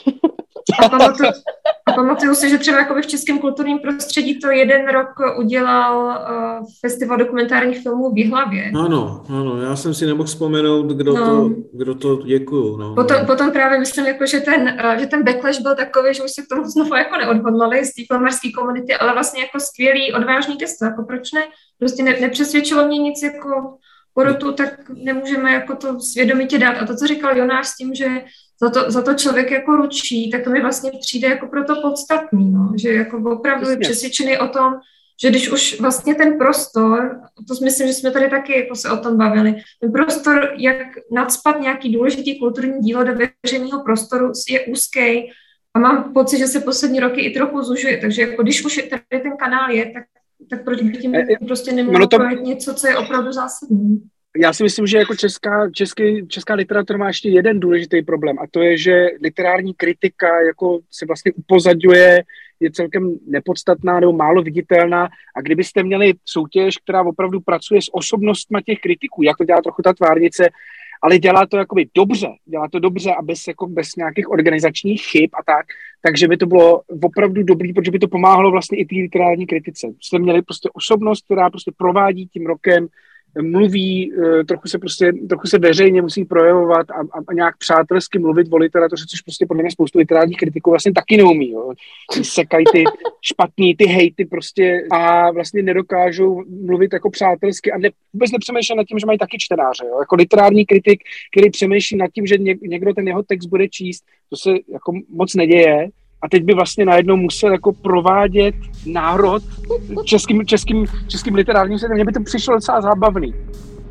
A pamatuju, a pamatuju si, že třeba jakoby v českém kulturním prostředí to jeden rok udělal uh, festival dokumentárních filmů v Jihlavě. Ano, ano, já jsem si nemohl vzpomenout, kdo, no. to, kdo to děkuju. No, potom, no. potom právě myslím, jako, že, ten, uh, že ten backlash byl takový, že už se k tomu znovu jako neodhodlali z té filmarské komunity, ale vlastně jako skvělý, odvážný gesto, jako proč ne? Prostě ne, nepřesvědčilo mě nic jako porotu, tak nemůžeme jako to svědomitě dát. A to, co říkal Jonáš s tím, že za to, za to člověk jako ručí, tak to mi vlastně přijde jako pro to podstatný, no? Že jako opravdu je přesvědčený o tom, že když už vlastně ten prostor, to myslím, že jsme tady taky jako se o tom bavili, ten prostor, jak nacpat nějaký důležitý kulturní dílo do veřejného prostoru je úzký a mám pocit, že se poslední roky i trochu zužuje, takže jako když už tady ten kanál je, tak, tak proč by tím prostě nemohlo to... projít něco, co je opravdu zásadní. Já si myslím, že jako česká, český, česká literatura má ještě jeden důležitý problém a to je, že literární kritika jako se vlastně upozadňuje, je celkem nepodstatná nebo málo viditelná a kdybyste měli soutěž, která opravdu pracuje s osobnostma těch kritiků, jak to dělá trochu ta tvárnice, ale dělá to jakoby dobře, dělá to dobře a bez, jako bez nějakých organizačních chyb a tak, takže by to bylo opravdu dobrý, protože by to pomáhalo vlastně i té literární kritice. Jste měli prostě osobnost, která prostě provádí tím rokem, mluví, trochu se prostě, trochu se veřejně musí projevovat a, a, a nějak přátelsky mluvit o literatuře, což prostě podle mě spoustu literárních kritiků vlastně taky neumí, jo. Sekají ty špatný, ty hejty prostě a vlastně nedokážou mluvit jako přátelsky a ne, vůbec nepřemýšlí nad tím, že mají taky čtenáře, jo. Jako literární kritik, který přemýšlí nad tím, že někdo ten jeho text bude číst, to se jako moc neděje. A teď by vlastně najednou musel jako provádět národ českým, českým, českým literárním světem. Mně by to přišlo docela zábavný.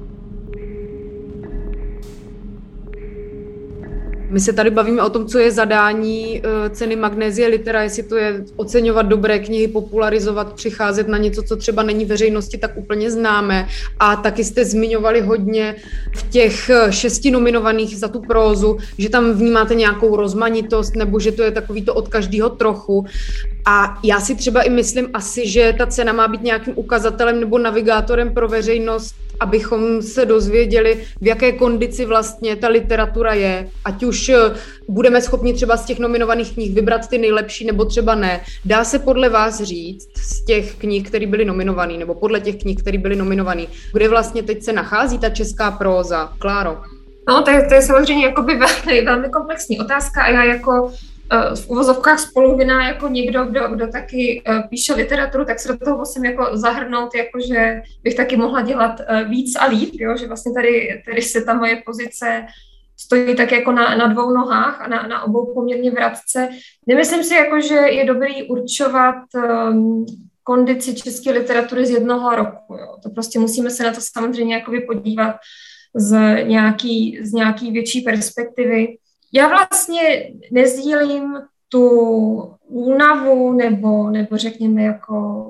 My se tady bavíme o tom, co je zadání ceny Magnesia Litera, jestli to je oceňovat dobré knihy, popularizovat, přicházet na něco, co třeba není veřejnosti tak úplně známé. A taky jste zmiňovali hodně v těch šesti nominovaných za tu prózu, že tam vnímáte nějakou rozmanitost, nebo že to je takový to od každého trochu. A já si třeba i myslím asi, že ta cena má být nějakým ukazatelem nebo navigátorem pro veřejnost, abychom se dozvěděli, v jaké kondici vlastně ta literatura je. Ať už budeme schopni třeba z těch nominovaných knih vybrat ty nejlepší, nebo třeba ne. Dá se podle vás říct z těch knih, které byly nominované, nebo podle těch knih, které byly nominované, kde vlastně teď se nachází ta česká próza? Kláro? No, to je, to je samozřejmě jakoby velmi, velmi komplexní otázka a já jako v uvozovkách spoluvinná jako někdo, kdo, kdo taky píše literaturu, tak se do toho musím jako zahrnout, jakože bych taky mohla dělat víc a líp, jo? Že vlastně tady, tady se ta moje pozice stojí tak jako na, na dvou nohách a na, na obou poměrně vratce. Nemyslím si, jako, že je dobrý určovat um, kondici české literatury z jednoho roku. Jo? To prostě musíme se na to samozřejmě jakoby podívat z nějaký, z nějaký větší perspektivy. Já vlastně nezdílím tu únavu nebo, nebo řekněme jako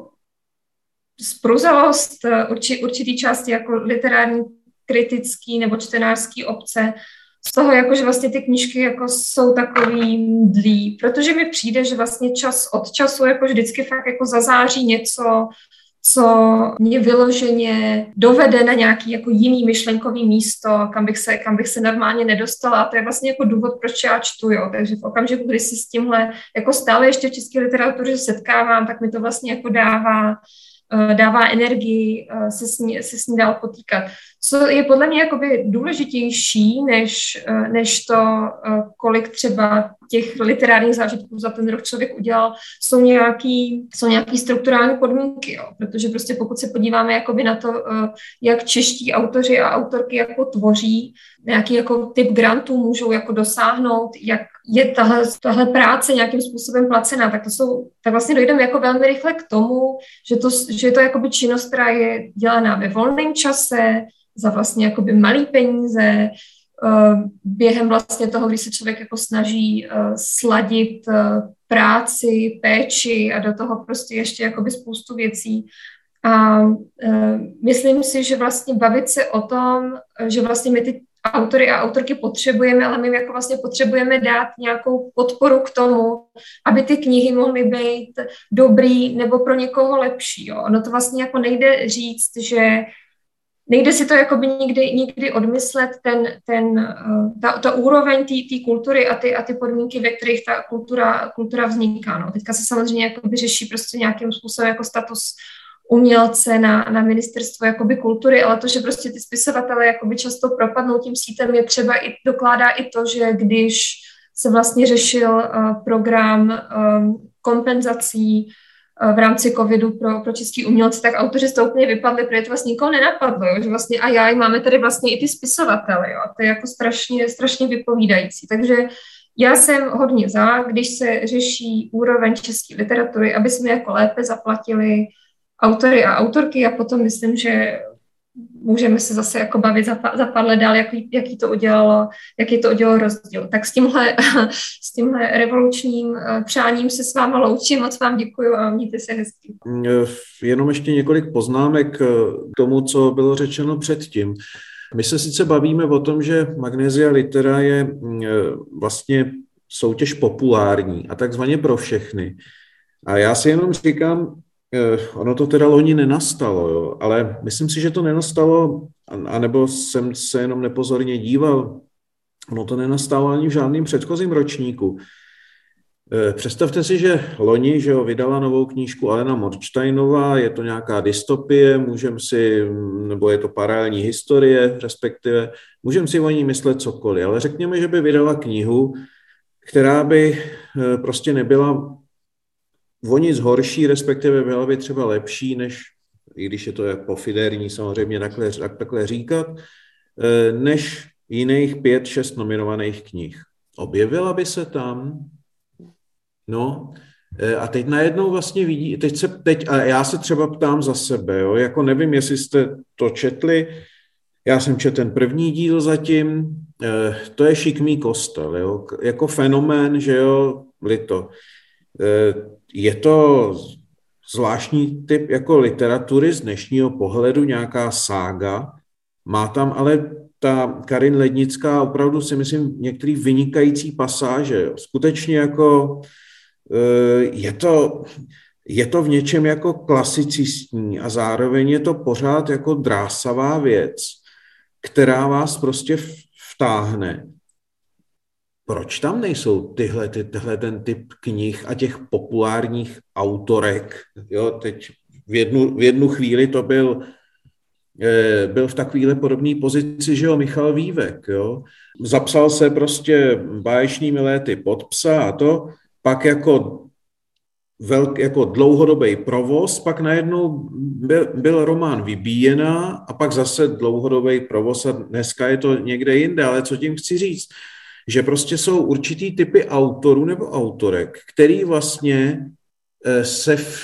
spruzelost urči, určitý části jako literární, kritický nebo čtenářský obce z toho, jako, že vlastně ty knížky jako jsou takový mdlý, protože mi přijde, že vlastně čas od času jako vždycky fakt jako zazáří něco, co mě vyloženě dovede na nějaký jako jiný myšlenkový místo, kam bych se, kam bych se normálně nedostala. A to je vlastně jako důvod, proč já čtu. Jo. Takže v okamžiku, kdy si s tímhle jako stále ještě v české literatuře setkávám, tak mi to vlastně jako dává, dává energii se s ní, se s ní dál potýkat. Co je podle mě jakoby důležitější, než, než to, kolik třeba těch literárních zážitků za ten rok člověk udělal, jsou nějaký, jsou nějaký strukturální podmínky, jo. Protože prostě pokud se podíváme jakoby na to, jak čeští autoři a autorky jako tvoří, nějaký jako typ grantů můžou jako dosáhnout, jak je tahle, tahle práce nějakým způsobem placená, tak to jsou, tak vlastně dojdeme jako velmi rychle k tomu, že to, že je to jakoby činnost, která je dělaná ve volném čase, za vlastně jakoby malý peníze, během vlastně toho, kdy se člověk jako snaží sladit práci, péči a do toho prostě ještě jakoby spoustu věcí. A myslím si, že vlastně bavit se o tom, že vlastně my ty autory a autorky potřebujeme, ale my jako vlastně potřebujeme dát nějakou podporu k tomu, aby ty knihy mohly být dobrý nebo pro někoho lepší. Jo. Ono to vlastně jako nejde říct, že nejde si to jakoby nikdy, nikdy odmyslet, ten, ten, ta, ta úroveň té kultury a ty, a ty podmínky, ve kterých ta kultura, kultura vzniká. No. Teďka se samozřejmě jakoby řeší prostě nějakým způsobem jako status umělce na, na ministerstvo jakoby kultury, ale to, že prostě ty spisovatelé jakoby často propadnou tím sítem, je třeba i dokládá i to, že když se vlastně řešil uh, program um, kompenzací uh, v rámci covidu pro, pro český umělce, tak autoři z toho úplně vypadli, protože to vlastně nikoho nenapadlo, jo? Že vlastně a já máme tady vlastně i ty spisovatele, jo? A to je jako strašně, strašně vypovídající. Takže já jsem hodně za, když se řeší úroveň české literatury, aby jsme jako lépe zaplatili autory a autorky a potom myslím, že můžeme se zase jako bavit za, za pár let dál, jaký, jaký to udělalo, jaký to udělalo rozdíl. Tak s tímhle, s tímhle revolučním přáním se s váma loučím, moc vám děkuju a mějte se hezky. Jenom ještě několik poznámek k tomu, co bylo řečeno předtím. My se sice bavíme o tom, že Magnesia Litera je vlastně soutěž populární a takzvaně pro všechny. A já si jenom říkám, ono to teda loni nenastalo, jo, ale myslím si, že to nenastalo, anebo jsem se jenom nepozorně díval, ono to nenastalo ani v žádným předchozím ročníku. Představte si, že loni, že jo, vydala novou knížku Alena Morčtajnová, je to nějaká dystopie, můžeme si, nebo je to paralelní historie, respektive, můžeme si o ní myslet cokoliv, ale řekněme, že by vydala knihu, která by prostě nebyla o nic horší, respektive byla by třeba lepší, než, i když je to jak pofidérní samozřejmě takhle, takhle říkat, než jiných pět, šest nominovaných knih. Objevila by se tam? No, a teď najednou vlastně vidí, teď se, teď, a já se třeba ptám za sebe, jo, jako nevím, jestli jste to četli, Já jsem četl ten první díl zatím, to je Šikmý kostel, jo, jako fenomén, že jo, Lito. Je to zvláštní typ jako literatury z dnešního pohledu, nějaká sága, má tam ale ta Karin Lednická opravdu si myslím některý vynikající pasáže, jo. Skutečně jako je to... Je to v něčem jako klasicistní a zároveň je to pořád jako drásavá věc, která vás prostě vtáhne. Proč tam nejsou tyhle, ty, tyhle ten typ knih a těch populárních autorek? Jo, teď v jednu, v jednu chvíli to byl, byl v takovéhle podobné pozici, že jo, Michal Vývek. Jo. Zapsal se prostě báječnými léty pod psa a to, pak jako velk, jako dlouhodobý provoz, pak najednou byl, byl román Vybíjená a pak zase dlouhodobý provoz a dneska je to někde jinde, ale co tím chci říct, že prostě jsou určitý typy autorů nebo autorek, který vlastně se v,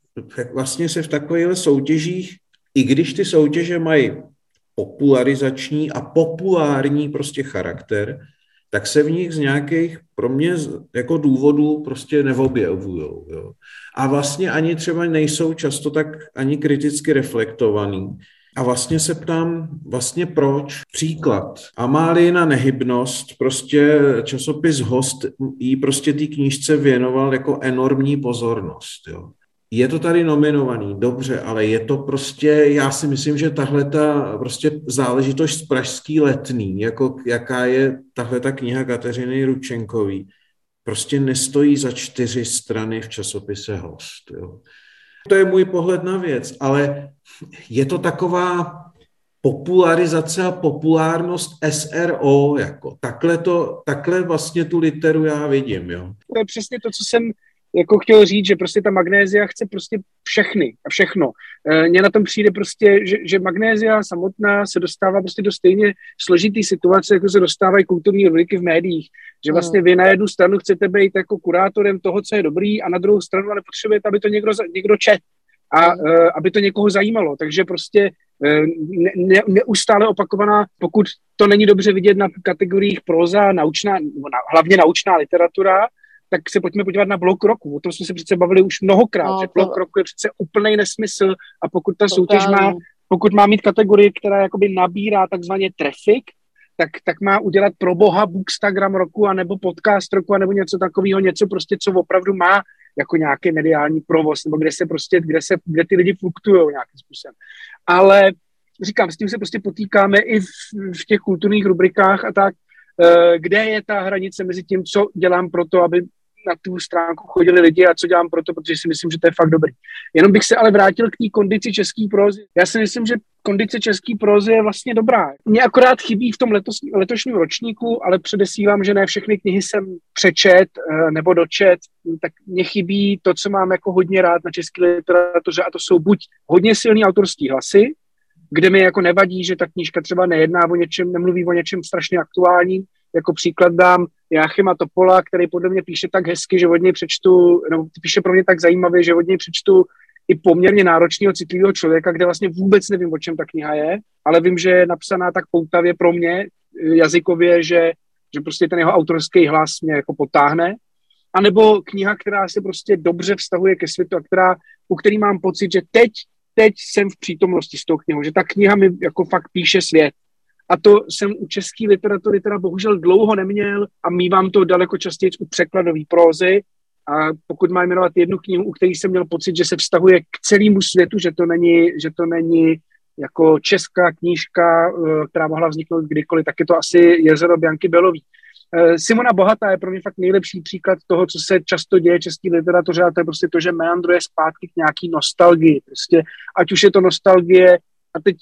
vlastně se v takovýchhle soutěžích, i když ty soutěže mají popularizační a populární prostě charakter, tak se v nich z nějakých pro mě jako důvodů prostě neobjevujou. Jo. A vlastně ani třeba nejsou často tak ani kriticky reflektovaný. A vlastně se ptám, vlastně proč? Příklad. Amáliina nehybnost, prostě časopis Host jí prostě té knížce věnoval jako enormní pozornost. Jo. Je to tady nominovaný, dobře, ale je to prostě, já si myslím, že tahle ta prostě záležitost z Pražský Letný, jako jaká je tahle ta kniha Kateřiny Ručenkový, prostě nestojí za čtyři strany v časopise Host. Jo. To je můj pohled na věc, ale je to taková popularizace a populárnost S R O, jako takhle, to, takhle vlastně tu literu já vidím. Jo. To je přesně to, co jsem jako chtěl říct, že prostě ta Magnézia chce prostě všechny a všechno. Mně na tom přijde prostě, že, že Magnézia samotná se dostává prostě do stejně složitý situace, jako se dostávají kulturní rubriky v médiích. Že vlastně vy na jednu stranu chcete být jako kurátorem toho, co je dobrý, a na druhou stranu ale potřebujete, aby to někdo, někdo čet a uh, aby to někoho zajímalo. Takže prostě uh, ne, ne, neustále opakovaná, pokud to není dobře vidět na kategoriích próza, naučná, na, hlavně naučná literatura, tak se pojďme podívat na blok roku. O tom jsme se přece bavili už mnohokrát, no, že blok to... roku je přece úplný nesmysl a pokud ta soutěž má, pokud má mít kategorii, která jakoby nabírá takzvaně traffic, tak, tak má udělat pro boha Bookstagram roku anebo podcast roku anebo něco takového, něco prostě, co opravdu má jako nějaký mediální provoz, nebo kde se prostě, kde se, kde ty lidi fluktují nějakým způsobem. Ale říkám, s tím se prostě potýkáme i v, v těch kulturních rubrikách a tak, kde je ta hranice mezi tím, co dělám pro to, aby na tu stránku chodili lidi a co dělám pro to, protože si myslím, že to je fakt dobrý. Jenom bych se ale vrátil k té kondici české prózy. Já si myslím, že kondice české prózy je vlastně dobrá. Mně akorát chybí v tom letos, letošním ročníku, ale předesílám, že ne všechny knihy jsem přečet nebo dočet, tak mně chybí to, co mám jako hodně rád na české literatuře, a to jsou buď hodně silný autorský hlasy, kde mi jako nevadí, že ta knížka třeba nejedná o něčem, nemluví o něčem strašně aktuálním. Jako příklad dám Jáchyma Topola, který podle mě píše tak hezky, že od něj přečtu, nebo píše pro mě tak zajímavě, že od něj přečtu i poměrně náročného, citlivého člověka, kde vlastně vůbec nevím, o čem ta kniha je, ale vím, že je napsaná tak poutavě pro mě jazykově, že, že prostě ten jeho autorský hlas mě jako potáhne. A nebo kniha, která se prostě dobře vztahuje ke světu a která, u který mám pocit, že teď teď jsem v přítomnosti s tou knihou, že ta kniha mi jako fakt píše svět. A to jsem u české literatury teda bohužel dlouho neměl a mívám to daleko častěji u překladové prózy. A pokud mám jmenovat jednu knihu, u které jsem měl pocit, že se vztahuje k celému světu, že to není, že to není jako česká knížka, která mohla vzniknout kdykoliv, tak je to asi Jezero Bianky Belový. Simona Bohatá je pro mě fakt nejlepší příklad toho, co se často děje v české literatuře, a to je prostě to, že meandruje zpátky k nějaký nostalgii. Prostě, ať už je to nostalgie, a teď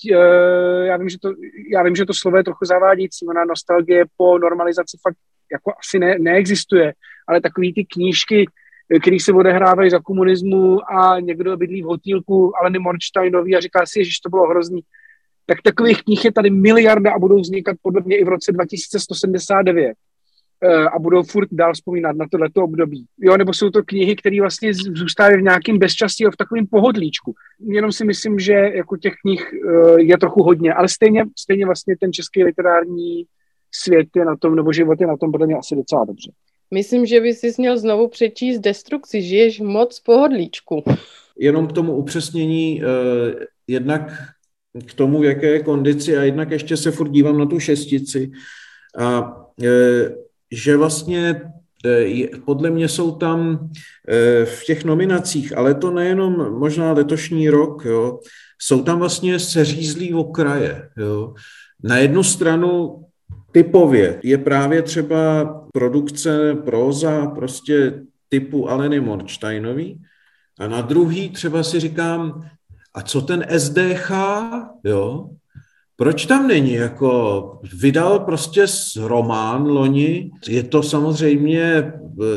já vím, že to, já vím, že to slovo je trochu zavádějící, ona nostalgie po normalizaci fakt jako asi ne, neexistuje, ale takový ty knížky, které se odehrávají za komunismu a někdo bydlí v hotýlku Aleny Mornsteinový a říká si, že to bylo hrozný, tak takových knih je tady miliarda a budou vznikat podle mě i v roce dva tisíce sto sedmdesát devět. a budou furt dál vzpomínat na tohleto období. Jo, nebo jsou to knihy, které vlastně zůstávají v nějakém bezčasí a v takovém pohodlíčku. Jenom si myslím, že jako těch knih je trochu hodně, ale stejně, stejně vlastně ten český literární svět je na tom, nebo život je na tom podle mě asi docela dobře. Myslím, že by si měl znovu přečíst Destrukci, žiješ moc v pohodlíčku. Jenom k tomu upřesnění, eh, jednak k tomu, v jaké je kondici a jednak ještě se furt dívám na tu šestici. A eh, že vlastně eh, podle mě jsou tam eh, v těch nominacích, ale to nejenom možná letošní rok, jo, jsou tam vlastně seřízlý okraje. Jo. Na jednu stranu typově je právě třeba produkce próza prostě typu Aleny Mornsteinový a na druhý třeba si říkám, a co ten S D H, jo? Proč tam není, jako vydal prostě román loni, je to samozřejmě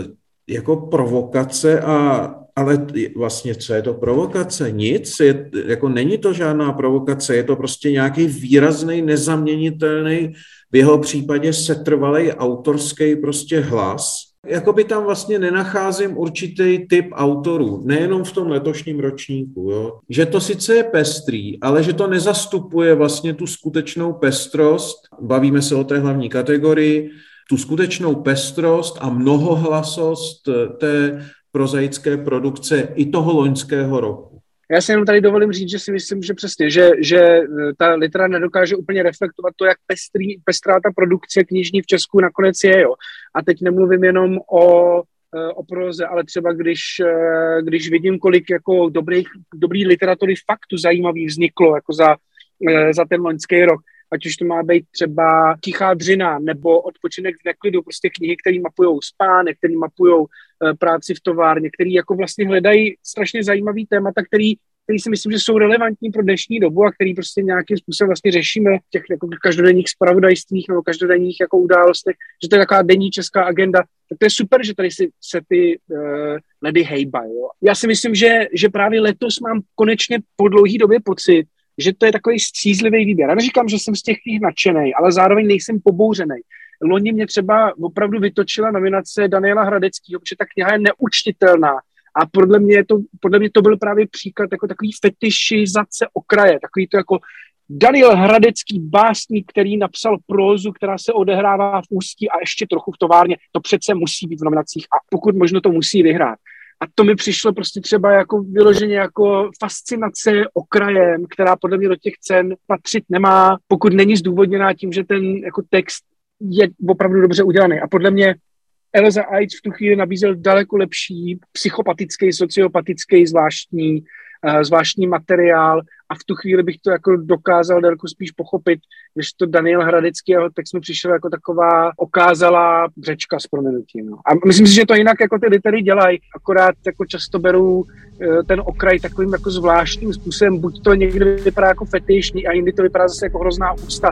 jako provokace, a, ale vlastně co je to provokace? Nic, je, jako není to žádná provokace, je to prostě nějaký výrazný, nezaměnitelný, v jeho případě setrvalej autorský prostě hlas. Jakoby tam vlastně nenacházím určitý typ autorů, nejenom v tom letošním ročníku. Jo? Že to sice je pestrý, ale že to nezastupuje vlastně tu skutečnou pestrost, bavíme se o té hlavní kategorii, tu skutečnou pestrost a mnohohlasost té prozaické produkce i toho loňského roku. Já si jenom tady dovolím říct, že si myslím, že přesně, že, že ta litera nedokáže úplně reflektovat to, jak pestrý, pestrá ta produkce knižní v Česku nakonec je. Jo. A teď nemluvím jenom o, o proze, ale třeba když, když vidím, kolik jako dobrých, dobrý literatury faktu zajímavý vzniklo jako za, za ten loňský rok, ať už to má být třeba Tichá dřina nebo Odpočinek v neklidu, prostě knihy, které mapujou spánek, které mapujou práci v továrně, který jako vlastně hledají strašně zajímavý témata, který, který si myslím, že jsou relevantní pro dnešní dobu a který prostě nějakým způsobem vlastně řešíme v těch jako každodenních zpravodajstvích nebo každodenních jako událostech, že to je taková denní česká agenda. Tak to je super, že tady si, se ty uh, ledy hejbají. Já si myslím, že, že právě letos mám konečně po dlouhý době pocit, že to je takový střízlivý výběr. Já neříkám, že jsem z těch knih nadšenej, ale zároveň nejsem pobouřenej. Loni mě třeba opravdu vytočila nominace Daniela Hradeckého, protože ta kniha je neučtitelná. A podle mě, to, podle mě to byl právě příklad jako takový fetišizace okraje. Takový to jako Daniel Hradecký, básník, který napsal prózu, která se odehrává v Ústí a ještě trochu v továrně. To přece musí být v nominacích a pokud možno to musí vyhrát. A to mi přišlo prostě třeba jako vyloženě jako fascinace okrajem, která podle mě do těch cen patřit nemá, pokud není zdůvodněná tím, že ten jako text je opravdu dobře udělaný. A podle mě Elza Eidz v tu chvíli nabízel daleko lepší psychopatický, sociopatický, zvláštní, uh, zvláštní materiál a v tu chvíli bych to jako dokázal daleko spíš pochopit, než to Daniel Hradeckého text mi přišel jako taková okázalá břečka s prominutím. No. A myslím si, že to jinak jako ty litery dělají, akorát jako často berou uh, ten okraj takovým jako zvláštním způsobem, buď to někdy vypadá jako fetiš a jindy to vypadá zase jako hrozná úcta.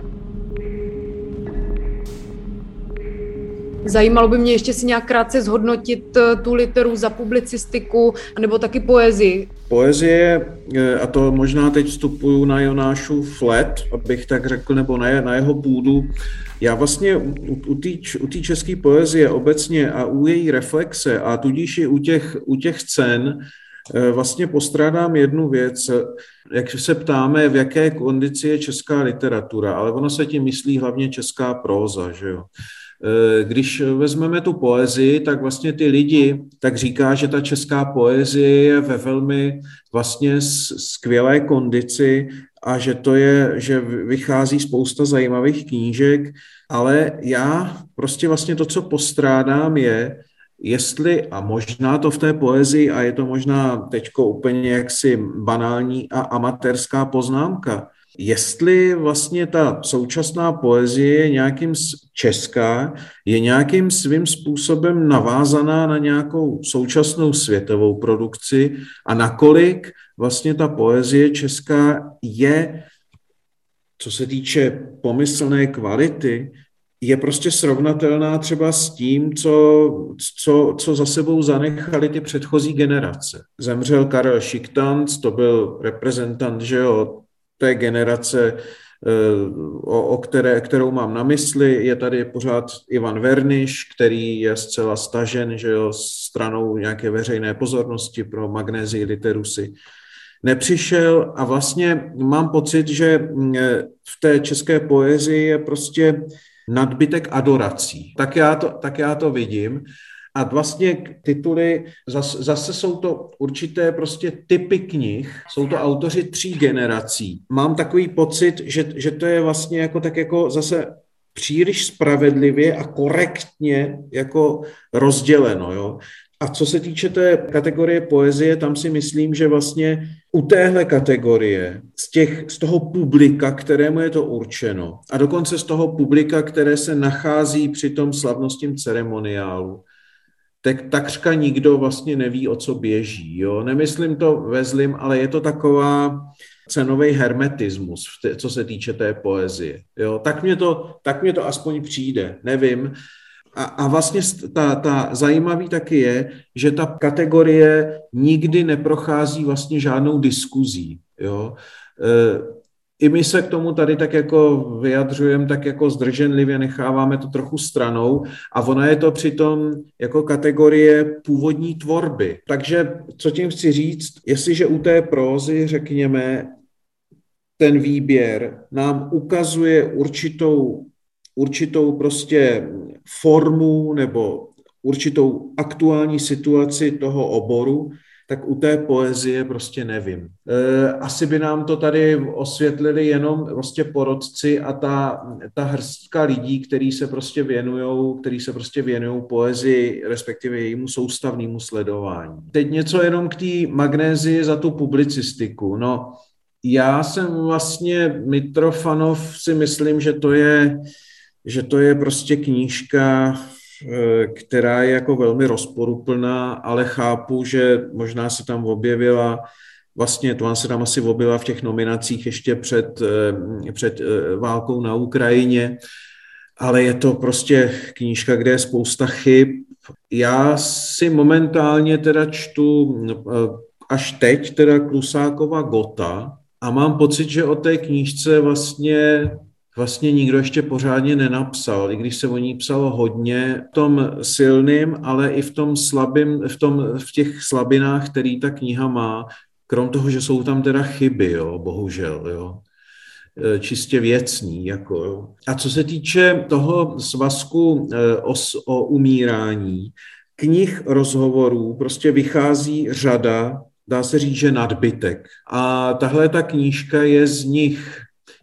Zajímalo by mě ještě si nějak krátce zhodnotit tu literu za publicistiku, nebo taky poezii. Poezie, a to možná teď vstupuju na Jonášův let, abych tak řekl, nebo na, na jeho půdu. Já vlastně u té české poezie obecně a u její reflexe a tudíž i u těch, u těch cen vlastně postrádám jednu věc, jak se ptáme, v jaké kondici je česká literatura, ale ono se tím myslí hlavně česká próza, že jo. Když vezmeme tu poezii, tak vlastně ty lidi tak říká, že ta česká poezie je ve velmi vlastně skvělé kondici a že to je, že vychází spousta zajímavých knížek, ale já prostě vlastně to, co postrádám, je, jestli, a možná to v té poezii, a je to možná teďko úplně jaksi banální a amatérská poznámka, jestli vlastně ta současná poezie je nějakým česká, je nějakým svým způsobem navázaná na nějakou současnou světovou produkci a nakolik vlastně ta poezie česká je, co se týče pomyslné kvality, je prostě srovnatelná třeba s tím, co, co, co za sebou zanechaly ty předchozí generace. Zemřel Karel Šichtanc, to byl reprezentant, že jo, té generace o, o které, kterou mám na mysli. Je tady pořád Ivan Verniš, který je zcela stažen, že jo, stranou nějaké veřejné pozornosti pro Magnézii Literusy. Nepřišel a vlastně mám pocit, že v té české poezii je prostě nadbytek adorací. Tak já to, tak já to vidím. A vlastně tituly, zase, zase jsou to určité prostě typy knih, jsou to autoři tří generací. Mám takový pocit, že, že to je vlastně jako tak jako zase příliš spravedlivě a korektně jako rozděleno, jo. A co se týče té kategorie poezie, tam si myslím, že vlastně u téhle kategorie, z, těch, z toho publika, kterému je to určeno, a dokonce z toho publika, které se nachází při tom slavnostním ceremoniálu, tak takřka nikdo vlastně neví, o co běží. Jo? Nemyslím to ve zlým, ale je to taková cenový hermetismus, co se týče té poezie. Jo? Tak mně to, tak mně to aspoň přijde, nevím. A, a vlastně ta, ta zajímavý taky je, že ta kategorie nikdy neprochází vlastně žádnou diskuzí. Jo? E, I my se k tomu tady tak jako vyjadřujeme, tak jako zdrženlivě necháváme to trochu stranou a ona je to přitom jako kategorie původní tvorby. Takže co tím chci říct, jestliže u té prózy, řekněme, ten výběr nám ukazuje určitou, určitou prostě formu nebo určitou aktuální situaci toho oboru, tak u té poezie prostě nevím. E, asi by nám to tady osvětlili jenom prostě porotci a ta, ta hrstka lidí, kteří se prostě věnujou, kteří se prostě věnujou poezii, respektive jejímu soustavnému sledování. Teď něco jenom k té Magnézii za tu publicistiku. No, já jsem vlastně Mitrofanov si myslím, že to je, že to je prostě knížka, která je jako velmi rozporuplná, ale chápu, že možná se tam objevila, vlastně to se tam asi objevila v těch nominacích ještě před, před válkou na Ukrajině, ale je to prostě knížka, kde je spousta chyb. Já si momentálně teda čtu až teď teda Klusákova Gota a mám pocit, že o té knížce vlastně vlastně nikdo ještě pořádně nenapsal, i když se o ní psalo hodně, v tom silným, ale i v tom slabým, v, tom, v těch slabinách, který ta kniha má, krom toho, že jsou tam teda chyby, jo, bohužel, jo. Čistě věcný, jako, jo. A co se týče toho svazku o, o umírání, knih rozhovorů prostě vychází řada, dá se říct, že nadbytek. A tahle ta knížka je z nich,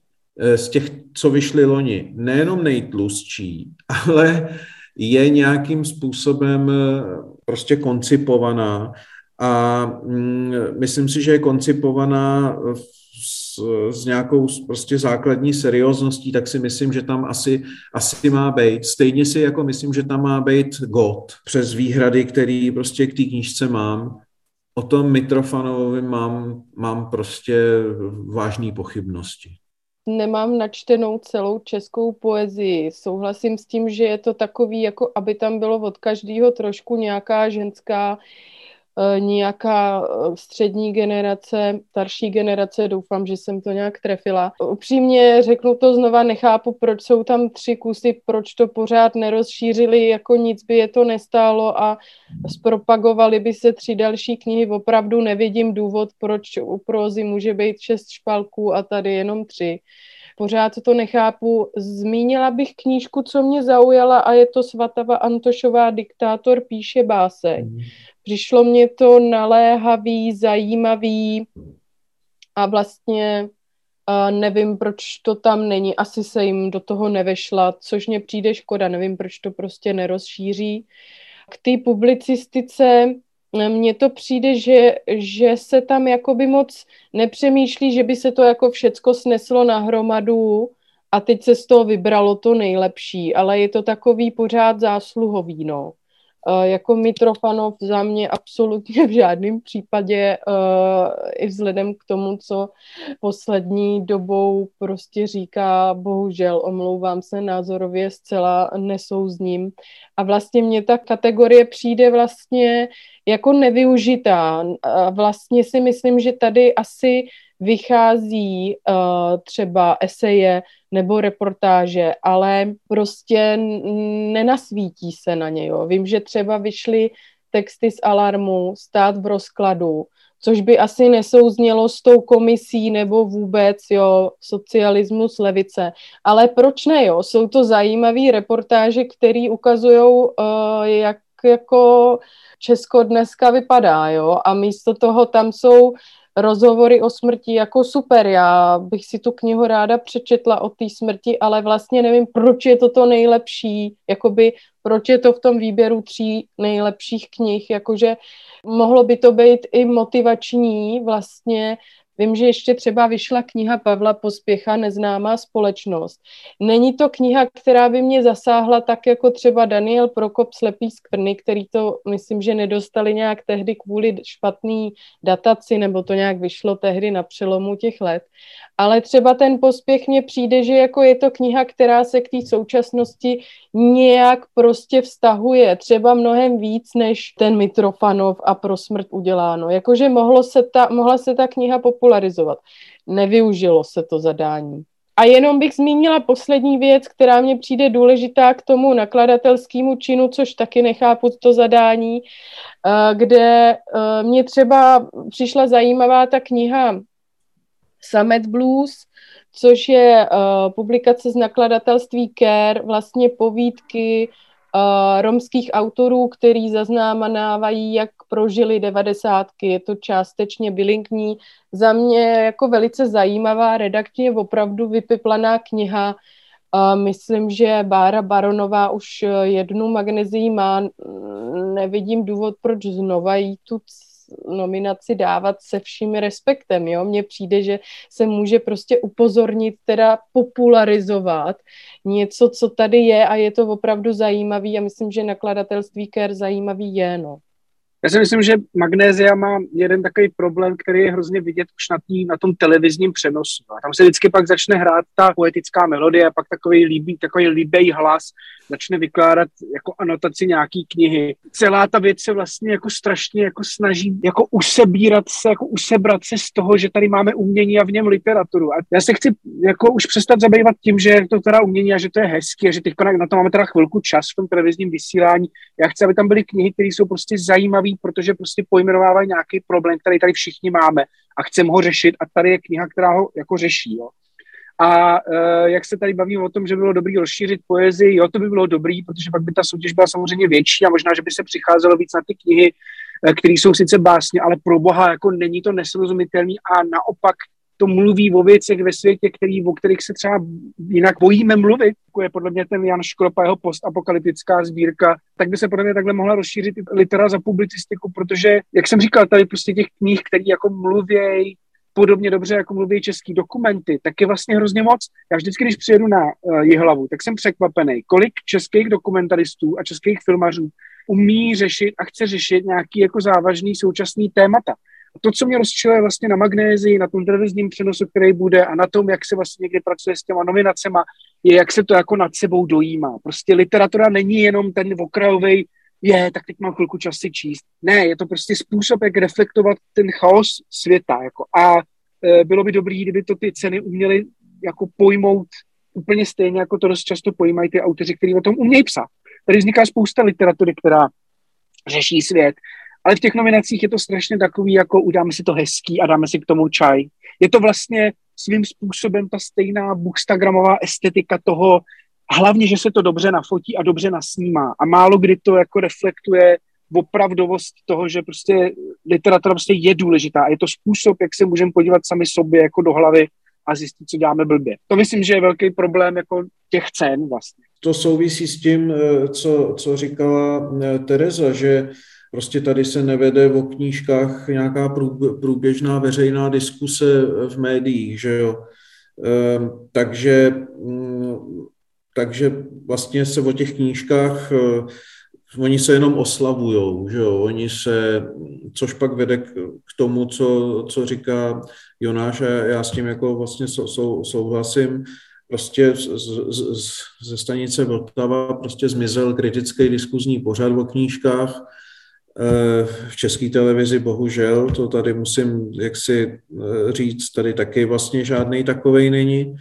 z těch, co vyšly loni, nejenom nejtlustší, ale je nějakým způsobem prostě koncipovaná a myslím si, že je koncipovaná s, s nějakou prostě základní seriózností, tak si myslím, že tam asi, asi má být. Stejně si jako myslím, že tam má být God přes výhrady, který prostě k té knížce mám. O tom Mitrofanovovi mám, mám prostě vážné pochybnosti. Nemám načtenou celou českou poezii. Souhlasím s tím, že je to takový, jako aby tam bylo od každého trošku nějaká ženská, nějaká střední generace, starší generace, doufám, že jsem to nějak trefila. Upřímně řeknu to znova, nechápu, proč jsou tam tři kusy, proč to pořád nerozšířili, jako nic by je to nestálo a zpropagovali by se tři další knihy. Opravdu nevidím důvod, proč u prózy může být šest špalků a tady jenom tři. Pořád to nechápu. Zmínila bych knížku, co mě zaujala a je to Svatava Antošová Diktátor píše báseň. Mm. Přišlo mě to naléhavý, zajímavý a vlastně uh, nevím, proč to tam není. Asi se jim do toho nevešla, což mě přijde škoda. Nevím, proč to prostě nerozšíří. K té publicistice mně to přijde, že, že se tam jakoby moc nepřemýšlí, že by se to jako všecko sneslo na hromadu a teď se z toho vybralo to nejlepší, ale je to takový pořád zásluhový, no. Uh, jako Mitrofanov za mě absolutně v žádném případě, uh, i vzhledem k tomu, co poslední dobou prostě říká, bohužel, omlouvám se, názorově zcela nesouzním. A vlastně mně ta kategorie přijde vlastně jako nevyužitá. A vlastně si myslím, že tady asi vychází uh, třeba eseje nebo reportáže, ale prostě nenasvítí se na ně. Jo. Vím, že třeba vyšly texty z Alarmu, Stát v rozkladu, což by asi nesouznělo s tou komisí nebo vůbec, jo, socialismus, levice. Ale proč ne, jo? Jsou to zajímavé reportáže, které ukazují, uh, jak jako Česko dneska vypadá, jo? A místo toho tam jsou rozhovory o smrti jako super. Já bych si tu knihu ráda přečetla o té smrti, ale vlastně nevím, proč je to to nejlepší, jakoby proč je to v tom výběru tří nejlepších knih, jakože mohlo by to být i motivační vlastně. Vím, že ještě třeba vyšla kniha Pavla Pospěcha Neznámá společnost. Není to kniha, která by mě zasáhla tak jako třeba Daniel Prokop Slepý skvrny, který to myslím, že nedostali nějak tehdy kvůli špatný dataci, nebo to nějak vyšlo tehdy na přelomu těch let. Ale třeba ten Pospěch mně přijde, že jako je to kniha, která se k té současnosti nějak prostě vztahuje. Třeba mnohem víc než ten Mitrofanov a Pro smrt uděláno. Jakože mohlo se ta, mohla se ta kniha popularizovat. Nevyužilo se to zadání. A jenom bych zmínila poslední věc, která mně přijde důležitá k tomu nakladatelskému činu, což taky nechápu to zadání, kde mně třeba přišla zajímavá ta kniha Samet Blues, což je uh, publikace z nakladatelství Care, vlastně povídky uh, romských autorů, který zaznamenávají, jak prožili devadesátky. Je to částečně bilingvní. Za mě jako velice zajímavá, redakčně opravdu vypiplaná kniha. Uh, myslím, že Bára Baronová už jednu magazii má. Nevidím důvod, proč znova jí tu nominaci dávat se vším respektem, jo. Mně přijde, že se může prostě upozornit, teda popularizovat něco, co tady je a je to opravdu zajímavý a myslím, že nakladatelství Care zajímavý je, no. Já si myslím, že Magnézia má jeden takový problém, který je hrozně vidět už na, tý, na tom televizním přenosu. A tam se vždycky pak začne hrát ta poetická melodie a pak takový líbý, takový líbej hlas začne vykládat jako anotaci nějaký knihy. Celá ta věc se vlastně jako strašně jako snaží jako usebírat se, jako usebrat se z toho, že tady máme umění a v něm literaturu. A já se chci jako už přestat zabývat tím, že je to teda umění a že to je hezky a že teď na to máme teda chvilku čas v tom televizním vysílání. Já chci, aby tam byly knihy, které jsou prostě zajímavé, protože prostě pojmenovávají nějaký problém, který tady všichni máme a chceme ho řešit a tady je kniha, která ho jako řeší. Jo. A e, jak se tady bavíme o tom, že bylo dobrý rozšířit poezii, jo, to by bylo dobrý, protože pak by ta soutěž byla samozřejmě větší a možná, že by se přicházelo víc na ty knihy, e, které jsou sice básně, ale pro boha jako není to nesrozumitelný a naopak to mluví o věcech ve světě, který, o kterých se třeba jinak bojíme mluvit, jako je podle mě ten Jan Škropa, jeho postapokalyptická sbírka, tak by se podle mě takhle mohla rozšířit i litera za publicistiku, protože, jak jsem říkal, tady prostě těch knih, který jako mluvěj podobně dobře, jako mluví český dokumenty, tak je vlastně hrozně moc. Já vždycky, když přijedu na uh, Jihlavu, tak jsem překvapený, kolik českých dokumentaristů a českých filmařů umí řešit a chce řešit nějaký jako závažný současný témata. A to, co mě rozčiluje vlastně na Magnézii, na tom televizním přenosu, který bude a na tom, jak se vlastně někdy pracuje s těma nominacema, je, jak se to jako nad sebou dojímá. Prostě literatura není jenom ten okrajovej, je, tak teď mám chvilku čas si číst. Ne, je to prostě způsob, jak reflektovat ten chaos světa. Jako. A e, bylo by dobrý, kdyby to ty ceny uměly jako pojmout úplně stejně, jako to dost často pojímají ty autoři, kteří o tom umějí psát. Tady vzniká spousta literatury, která řeší svět, ale v těch nominacích je to strašně takový, jako udáme si to hezký a dáme si k tomu čaj. Je to vlastně svým způsobem ta stejná bookstagramová estetika toho, hlavně, že se to dobře nafotí a dobře nasnímá. A málo kdy to jako reflektuje opravdovost toho, že prostě literatura prostě je důležitá. A je to způsob, jak se můžeme podívat sami sobě jako do hlavy a zjistit, co děláme blbě. To myslím, že je velký problém jako těch cen vlastně. To souvisí s tím, co, co říkala Tereza, že prostě tady se nevede o knížkách nějaká průběžná veřejná diskuse v médiích, že jo. Takže, takže vlastně se o těch knížkách, oni se jenom oslavujou, že jo. Oni se, což pak vede k tomu, co, co říká Jonáš, a já s tím jako vlastně sou, sou, souhlasím. Prostě z, z, ze stanice Vltava prostě zmizel kritický diskuzní pořad o knížkách v české televizi bohužel, to tady musím jaksi říct, tady taky vlastně žádný takovej není.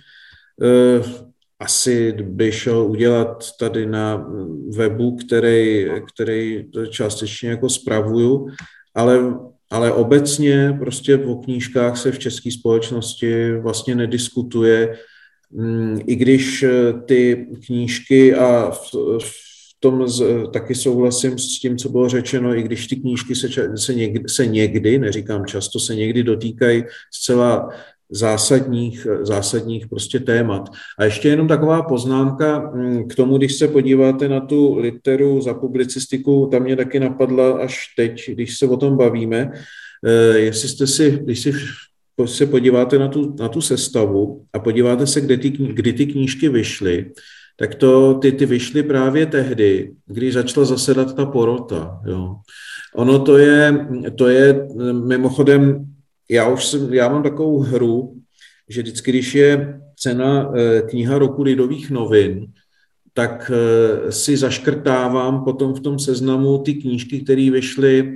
Asi by šel udělat tady na webu, který, který částečně jako spravuju, ale, ale obecně prostě o knížkách se v české společnosti vlastně nediskutuje, i když ty knížky a v, v tom z, taky souhlasím s tím, co bylo řečeno, i když ty knížky se, se, někdy, se někdy, neříkám často, se někdy dotýkají zcela zásadních, zásadních prostě témat. A ještě jenom taková poznámka k tomu, když se podíváte na tu literu za publicistiku, tam mě taky napadla až teď, když se o tom bavíme, jestli jste si, když si se podíváte na tu, na tu sestavu a podíváte se, kde ty, kdy ty knížky vyšly, tak to, ty, ty vyšly právě tehdy, když začala zasedat ta porota. Jo. Ono to je, to je mimochodem, já už jsem, já mám takovou hru, že vždycky, když je cena kniha roku Lidových novin, tak si zaškrtávám potom v tom seznamu ty knížky, které vyšly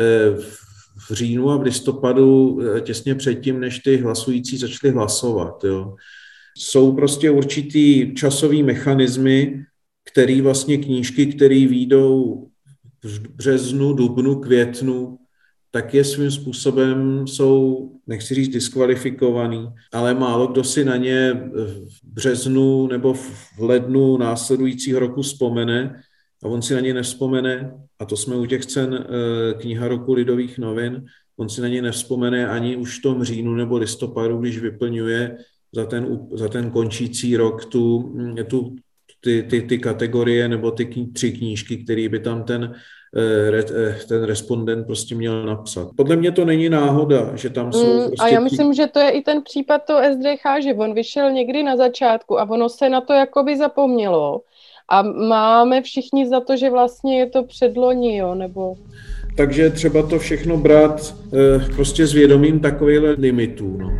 v říjnu a v listopadu těsně předtím, než ty hlasující začali hlasovat. Jo. Jsou prostě určitý časový mechanismy, který vlastně knížky, které vyjdou v březnu, dubnu, květnu, tak je svým způsobem jsou, nechci říct diskvalifikovaný, ale málo kdo si na ně v březnu nebo v lednu následujícího roku vzpomene a on si na ně nevzpomene, a to jsme u těch cen kniha roku Lidových novin, on si na ně nevzpomene ani už v tom říjnu nebo listopadu, když vyplňuje za ten, za ten končící rok tu, tu, ty, ty, ty kategorie nebo ty kni, tři knížky, které by tam ten ten respondent prostě měl napsat. Podle mě to není náhoda, že tam jsou... Mm, prostě a já myslím, že to je i ten případ toho S D H, že on vyšel někdy na začátku a ono se na to jakoby zapomnělo. A máme všichni za to, že vlastně je to předloni, jo, nebo... Takže třeba to všechno brát eh, prostě s vědomím takovýchhle limitů, no.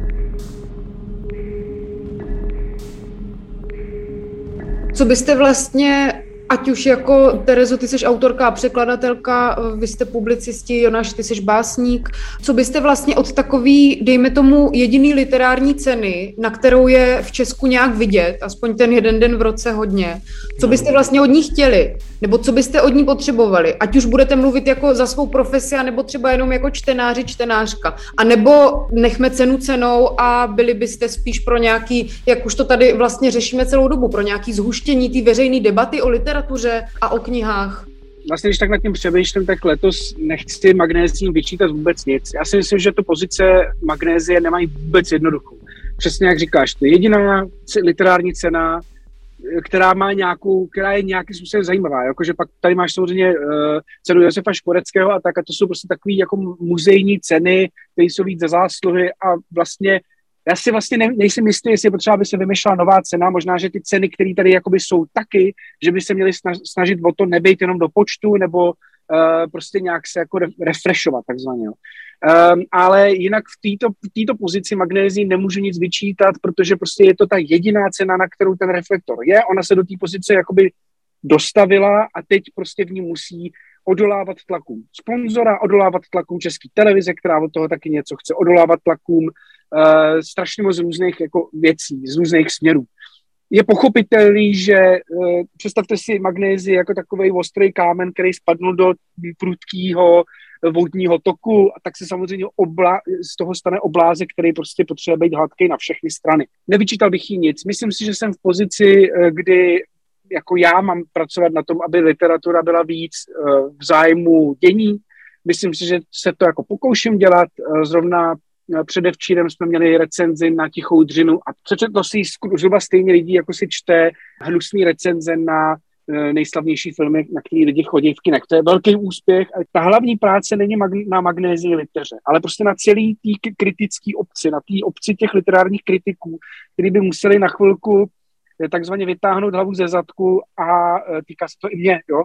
Co byste vlastně... Ať už jako Terezo, ty jsi autorka a překladatelka, vy jste publicisti, Jonáš, ty jsi básník. Co byste vlastně od takový, dejme tomu, jediný literární ceny, na kterou je v Česku nějak vidět, aspoň ten jeden den v roce hodně, co byste vlastně od ní chtěli? Nebo co byste od ní potřebovali? Ať už budete mluvit jako za svou profesi, nebo třeba jenom jako čtenáři, čtenářka. A nebo nechme cenu cenou a byli byste spíš pro nějaký, jak už to tady vlastně řešíme celou dobu, pro nějaký zhuštění té veřejné debaty o literatuře a o knihách. Vlastně, když tak nad tím přemýšlím, tak letos nechci Magnéziím vyčítat vůbec nic. Já si myslím, že tu pozice Magnézie nemají vůbec jednoduchou. Přesně jak říkáš, to je jediná literární cena, která má nějakou, která je nějakým způsobem zajímavá. Jakože pak tady máš samozřejmě uh, cenu Josefa Škvoreckého a tak, a to jsou prostě takové jako muzejní ceny, které jsou víc za zásluhy a vlastně já si vlastně ne, nejsem jistý, jestli je potřeba, aby se vymýšlela nová cena, možná, že ty ceny, které tady jakoby jsou taky, že by se měly snažit o to nebejt jenom do počtu, nebo uh, prostě nějak se jako refreshovat takzvaně. Um, ale jinak v této v této pozici Magnézii nemůžu nic vyčítat, protože prostě je to ta jediná cena, na kterou ten reflektor je. Ona se do té pozice jakoby dostavila a teď prostě v ní musí odolávat tlakům sponzora, odolávat tlakům České televize, která od toho taky něco chce, odolávat tlakům uh, strašně moc různých jako věcí, z různých směrů. Je pochopitelný, že uh, představte si Magnézii jako takovej ostrý kámen, který spadnul do prudkého vodního toku a tak se samozřejmě obla, z toho stane oblázek, který prostě potřebuje být hladký na všechny strany. Nevyčítal bych jí nic. Myslím si, že jsem v pozici, kdy jako já mám pracovat na tom, aby literatura byla víc v zájmu dění. Myslím si, že se to jako pokouším dělat. Zrovna předevčírem jsme měli recenzi na Tichou dřinu a přečetlo si zhruba stejně lidí, jako si čte hnusný recenze na nejslavnější filmy, na který lidi chodí v kinech. To je velký úspěch. A ta hlavní práce není na Magnézii liteře, ale prostě na celý té kritické obci, na té obci těch literárních kritiků, kteří by museli na chvilku takzvaně vytáhnout hlavu ze zadku a týká se to i mě, jo,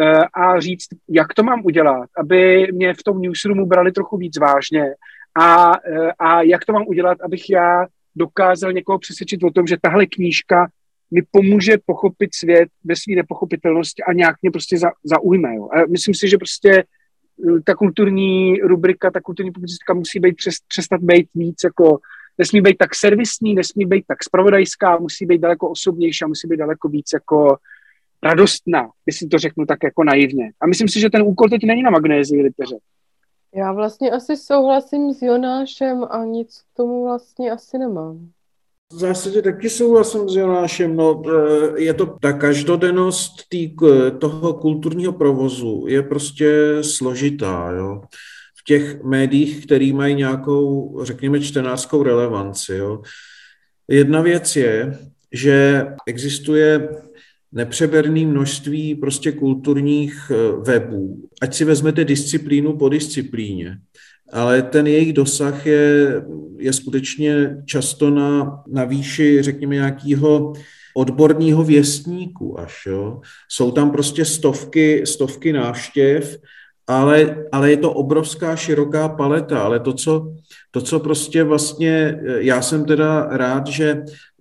a říct, jak to mám udělat, aby mě v tom newsroomu brali trochu víc vážně a, a jak to mám udělat, abych já dokázal někoho přesvědčit o tom, že tahle knížka mi pomůže pochopit svět ve své nepochopitelnosti a nějak mě prostě za, zaujme. Jo. A myslím si, že prostě ta kulturní rubrika, ta kulturní publicistika musí být přes, přestat být víc jako, nesmí být tak servisní, nesmí být tak zpravodajská, musí být daleko osobnější a musí být daleko víc jako radostná, jestli to řeknu tak jako naivně. A myslím si, že ten úkol teď není na Magnézii liteře. Já vlastně asi souhlasím s Jonášem a nic k tomu vlastně asi nemám. V zásadě taky souhlasím s Jonášem. No, je to ta každodennost tý, toho kulturního provozu je prostě složitá. Jo? V těch médiích, které mají nějakou, řekněme, čtenářskou relevanci. Jo? Jedna věc je, že existuje nepřeberné množství prostě kulturních webů. Ať si vezmete disciplínu po disciplíně, ale ten jejich dosah je, je skutečně často na, na výši, řekněme, nějakého odborného věstníku až. Jo. Jsou tam prostě stovky, stovky návštěv, ale, ale je to obrovská široká paleta, ale to co, to, co prostě vlastně, já jsem teda rád, že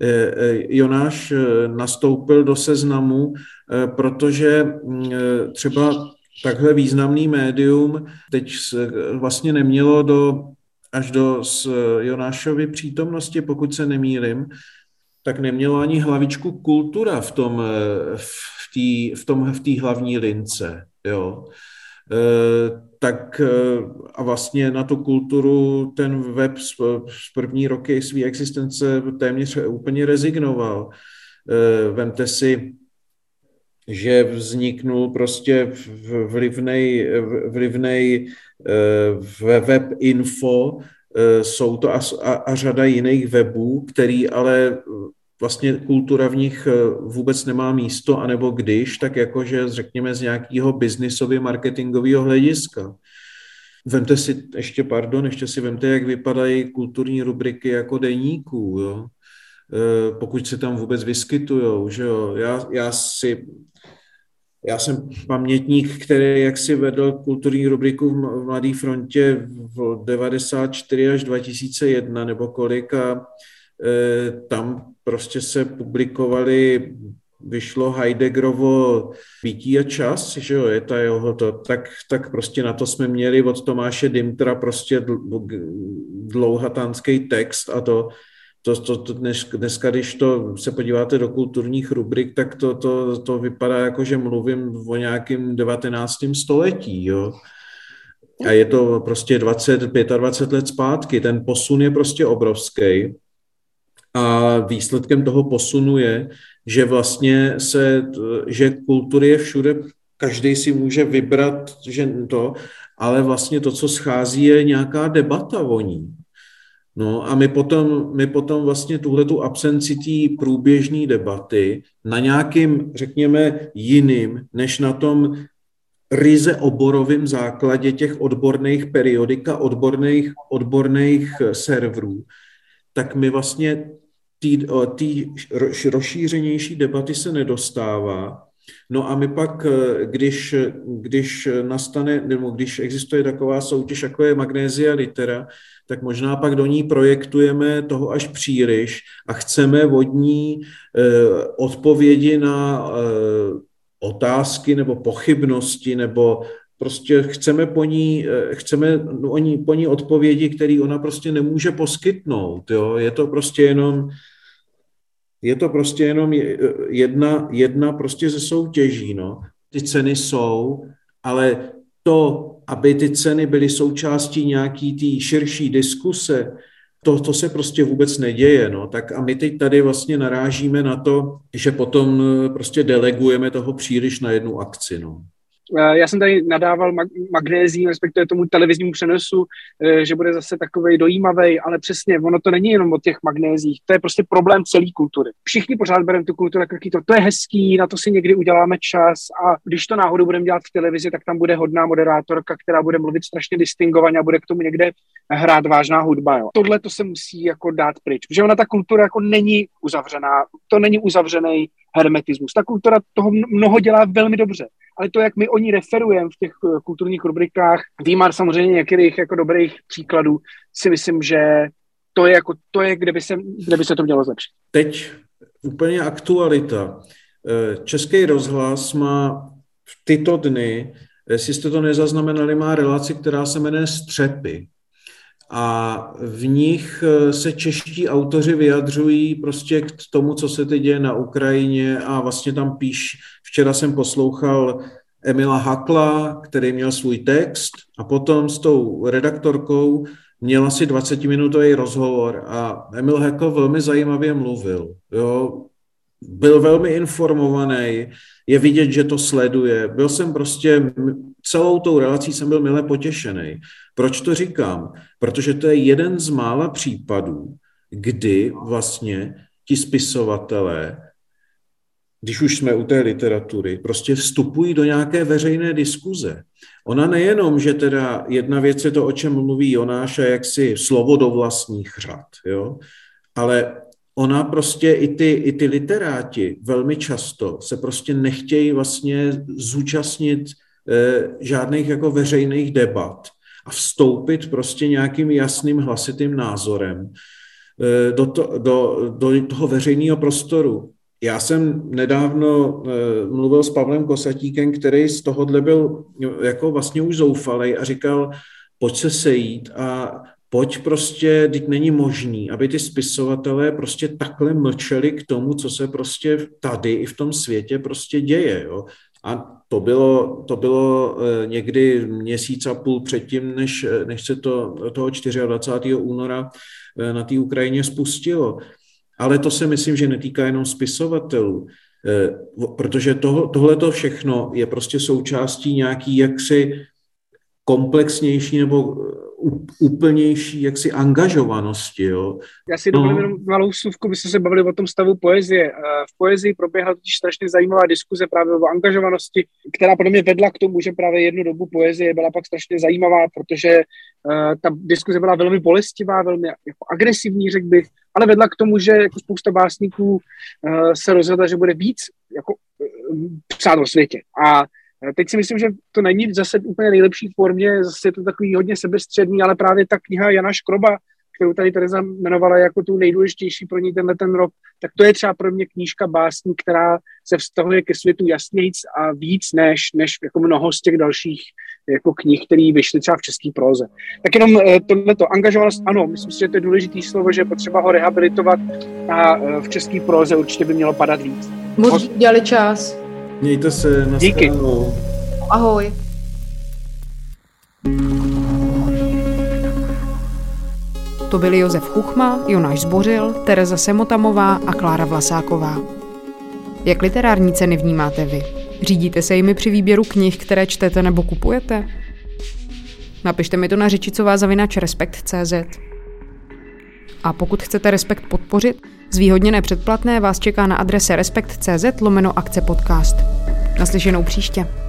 Jonáš nastoupil do Seznamu, protože třeba takhle významný médium teď vlastně nemělo do, až do Jonášovy přítomnosti, pokud se nemýlim, tak nemělo ani hlavičku kultura v tom, v tý, v tom, v té hlavní lince, jo. E, tak a vlastně na tu kulturu ten web z, z první roky své existence téměř úplně rezignoval. E, vemte si, že vzniknul prostě vlivnej, vlivnej web info, jsou to a, a, a řada jiných webů, který ale vlastně kultura v nich vůbec nemá místo, anebo když, tak jakože řekněme z nějakého biznisově marketingového hlediska. Vemte si, ještě pardon, ještě si vemte, jak vypadají kulturní rubriky jako deníků, jo? Pokud se tam vůbec vyskytujou, že jo. Já, já si... Já jsem pamětník, který jaksi vedl kulturní rubriku v Mladé frontě v devadesát čtyři až dva tisíce jedna nebo kolik a e, tam prostě se publikovali, vyšlo Heideggerovo Bytí a čas, že jo, je ta jeho to, tak, tak prostě na to jsme měli od Tomáše Dymtra prostě dlouhatánský text a to To, to, to dnes, dneska, když to se podíváte do kulturních rubrik, tak to, to, to vypadá jako, že mluvím o nějakém devatenáctém století. Jo? A je to prostě dvacet, dvacet pět let zpátky. Ten posun je prostě obrovský. A výsledkem toho posunu je, že vlastně se, že kultury je všude, každý si může vybrat, že to, ale vlastně to, co schází, je nějaká debata o ní. No a my potom, my potom vlastně tuhletu absenci té průběžné debaty na nějakým, řekněme, jiným, než na tom ryze oborovém základě těch odborných periodik a odborných, odborných serverů, tak my vlastně té rozšířenější debaty se nedostává. No a my pak, když, když nastane, nebo když existuje taková soutěž, jako je Magnézia Litera, tak možná pak do ní projektujeme toho až příliš a chceme od ní eh, odpovědi na eh, otázky nebo pochybnosti, nebo prostě chceme po ní, eh, chceme o ní, po ní odpovědi, které ona prostě nemůže poskytnout. Jo? Je to prostě jenom Je to prostě jenom jedna, jedna prostě ze soutěží. No. Ty ceny jsou, ale to, aby ty ceny byly součástí nějaký té širší diskuse, to, to se prostě vůbec neděje. No. Tak a my teď tady vlastně narážíme na to, že potom prostě delegujeme toho příliš na jednu akci. No. Já jsem tady nadával Magnézii, respektive tomu televiznímu přenosu, že bude zase takovej dojímavej, ale přesně, ono to není jenom o těch magnézích, to je prostě problém celé kultury. Všichni pořád bereme tu kulturu jako to, to je hezký, na to si někdy uděláme čas a když to náhodou budeme dělat v televizi, tak tam bude hodná moderátorka, která bude mluvit strašně distingovaně a bude k tomu někde hrát vážná hudba. Jo. Tohle to se musí jako dát pryč, protože ona ta kultura jako není uzavřená, to není uzavřený hermetismus. Ta kultura toho mnoho dělá velmi dobře, ale to, jak my o ní referujeme v těch kulturních rubrikách, výmar samozřejmě některých jako dobrých příkladů, si myslím, že to je, jako, to je kde, by se, kde by se to mělo zlepšit. Teď úplně aktualita. Český rozhlas má v tyto dny jestli jste to nezaznamenali, má relaci, která se jmenuje Střepy. A v nich se čeští autoři vyjadřují prostě k tomu, co se teď děje na Ukrajině a vlastně tam píš, včera jsem poslouchal Emila Hakla, který měl svůj text a potom s tou redaktorkou měl asi dvacetiminutový rozhovor a Emil Hakl velmi zajímavě mluvil. Jo. Byl velmi informovaný, je vidět, že to sleduje. Byl jsem prostě, celou tou relací jsem byl mile potěšený. Proč to říkám? Protože to je jeden z mála případů, kdy vlastně ti spisovatelé, když už jsme u té literatury, prostě vstupují do nějaké veřejné diskuze. Ona nejenom, že teda jedna věc je to, o čem mluví Jonáš a jaksi slovo do vlastních řad, jo? Ale ona prostě i ty, i ty literáti velmi často se prostě nechtějí vlastně zúčastnit eh, žádných jako veřejných debat a vstoupit prostě nějakým jasným hlasitým názorem eh, do, to, do, do toho veřejného prostoru. Já jsem nedávno eh, mluvil s Pavlem Kosatíkem, který z tohohle byl jako vlastně už zoufalej a říkal, pojď se sejít a pojď prostě, teď není možný, aby ty spisovatelé prostě takhle mlčeli k tomu, co se prostě tady i v tom světě prostě děje. Jo. A to bylo, to bylo někdy měsíc a půl předtím, než, než se to toho dvacátého čtvrtého února na té Ukrajině spustilo. Ale to se myslím, že netýká jenom spisovatelů, protože to, tohleto všechno je prostě součástí nějaký jaksi komplexnější nebo úplnější jaksi angažovanosti. Jo. Já si dovolím no. jenom malou vsuvku, my jsme se bavili o tom stavu poezie. V poezii proběhla totiž strašně zajímavá diskuze právě o angažovanosti, která podle mě vedla k tomu, že právě jednu dobu poezie byla pak strašně zajímavá, protože uh, ta diskuze byla velmi bolestivá, velmi jako agresivní, řekl bych, ale vedla k tomu, že jako spousta básníků uh, se rozhodla, že bude víc jako, uh, psát o světě. A teď si myslím, že to není zase úplně nejlepší formě, zase je to takový hodně sebestředný, ale právě ta kniha Jana Škroba, kterou tady Tereza jmenovala jako tu nejdůležitější pro ní tenhle ten rok, tak to je třeba pro mě knížka básní, která se vztahuje ke světu jasnějc a víc než, než jako mnoho z těch dalších jako knih, které vyšly třeba v české próze. Tak jenom tohleto angažovanost, ano, myslím si, že to je důležitý slovo, že je potřeba ho rehabilitovat a v české próze určitě by mělo padat víc. Moc dělali čas. Mějte se, na Díky. stranu. Ahoj. To byli Josef Chuchma, Jonáš Zbořil, Tereza Semotamová a Klára Vlasáková. Jak literární ceny vnímáte vy? Řídíte se jimi při výběru knih, které čtete nebo kupujete? Napište mi to na řečicová zavináč respekt tečka cé zet. A pokud chcete Respekt podpořit, zvýhodněné předplatné vás čeká na adrese respekt tečka cé zet lomeno akce podcast. Naslyšenou příště.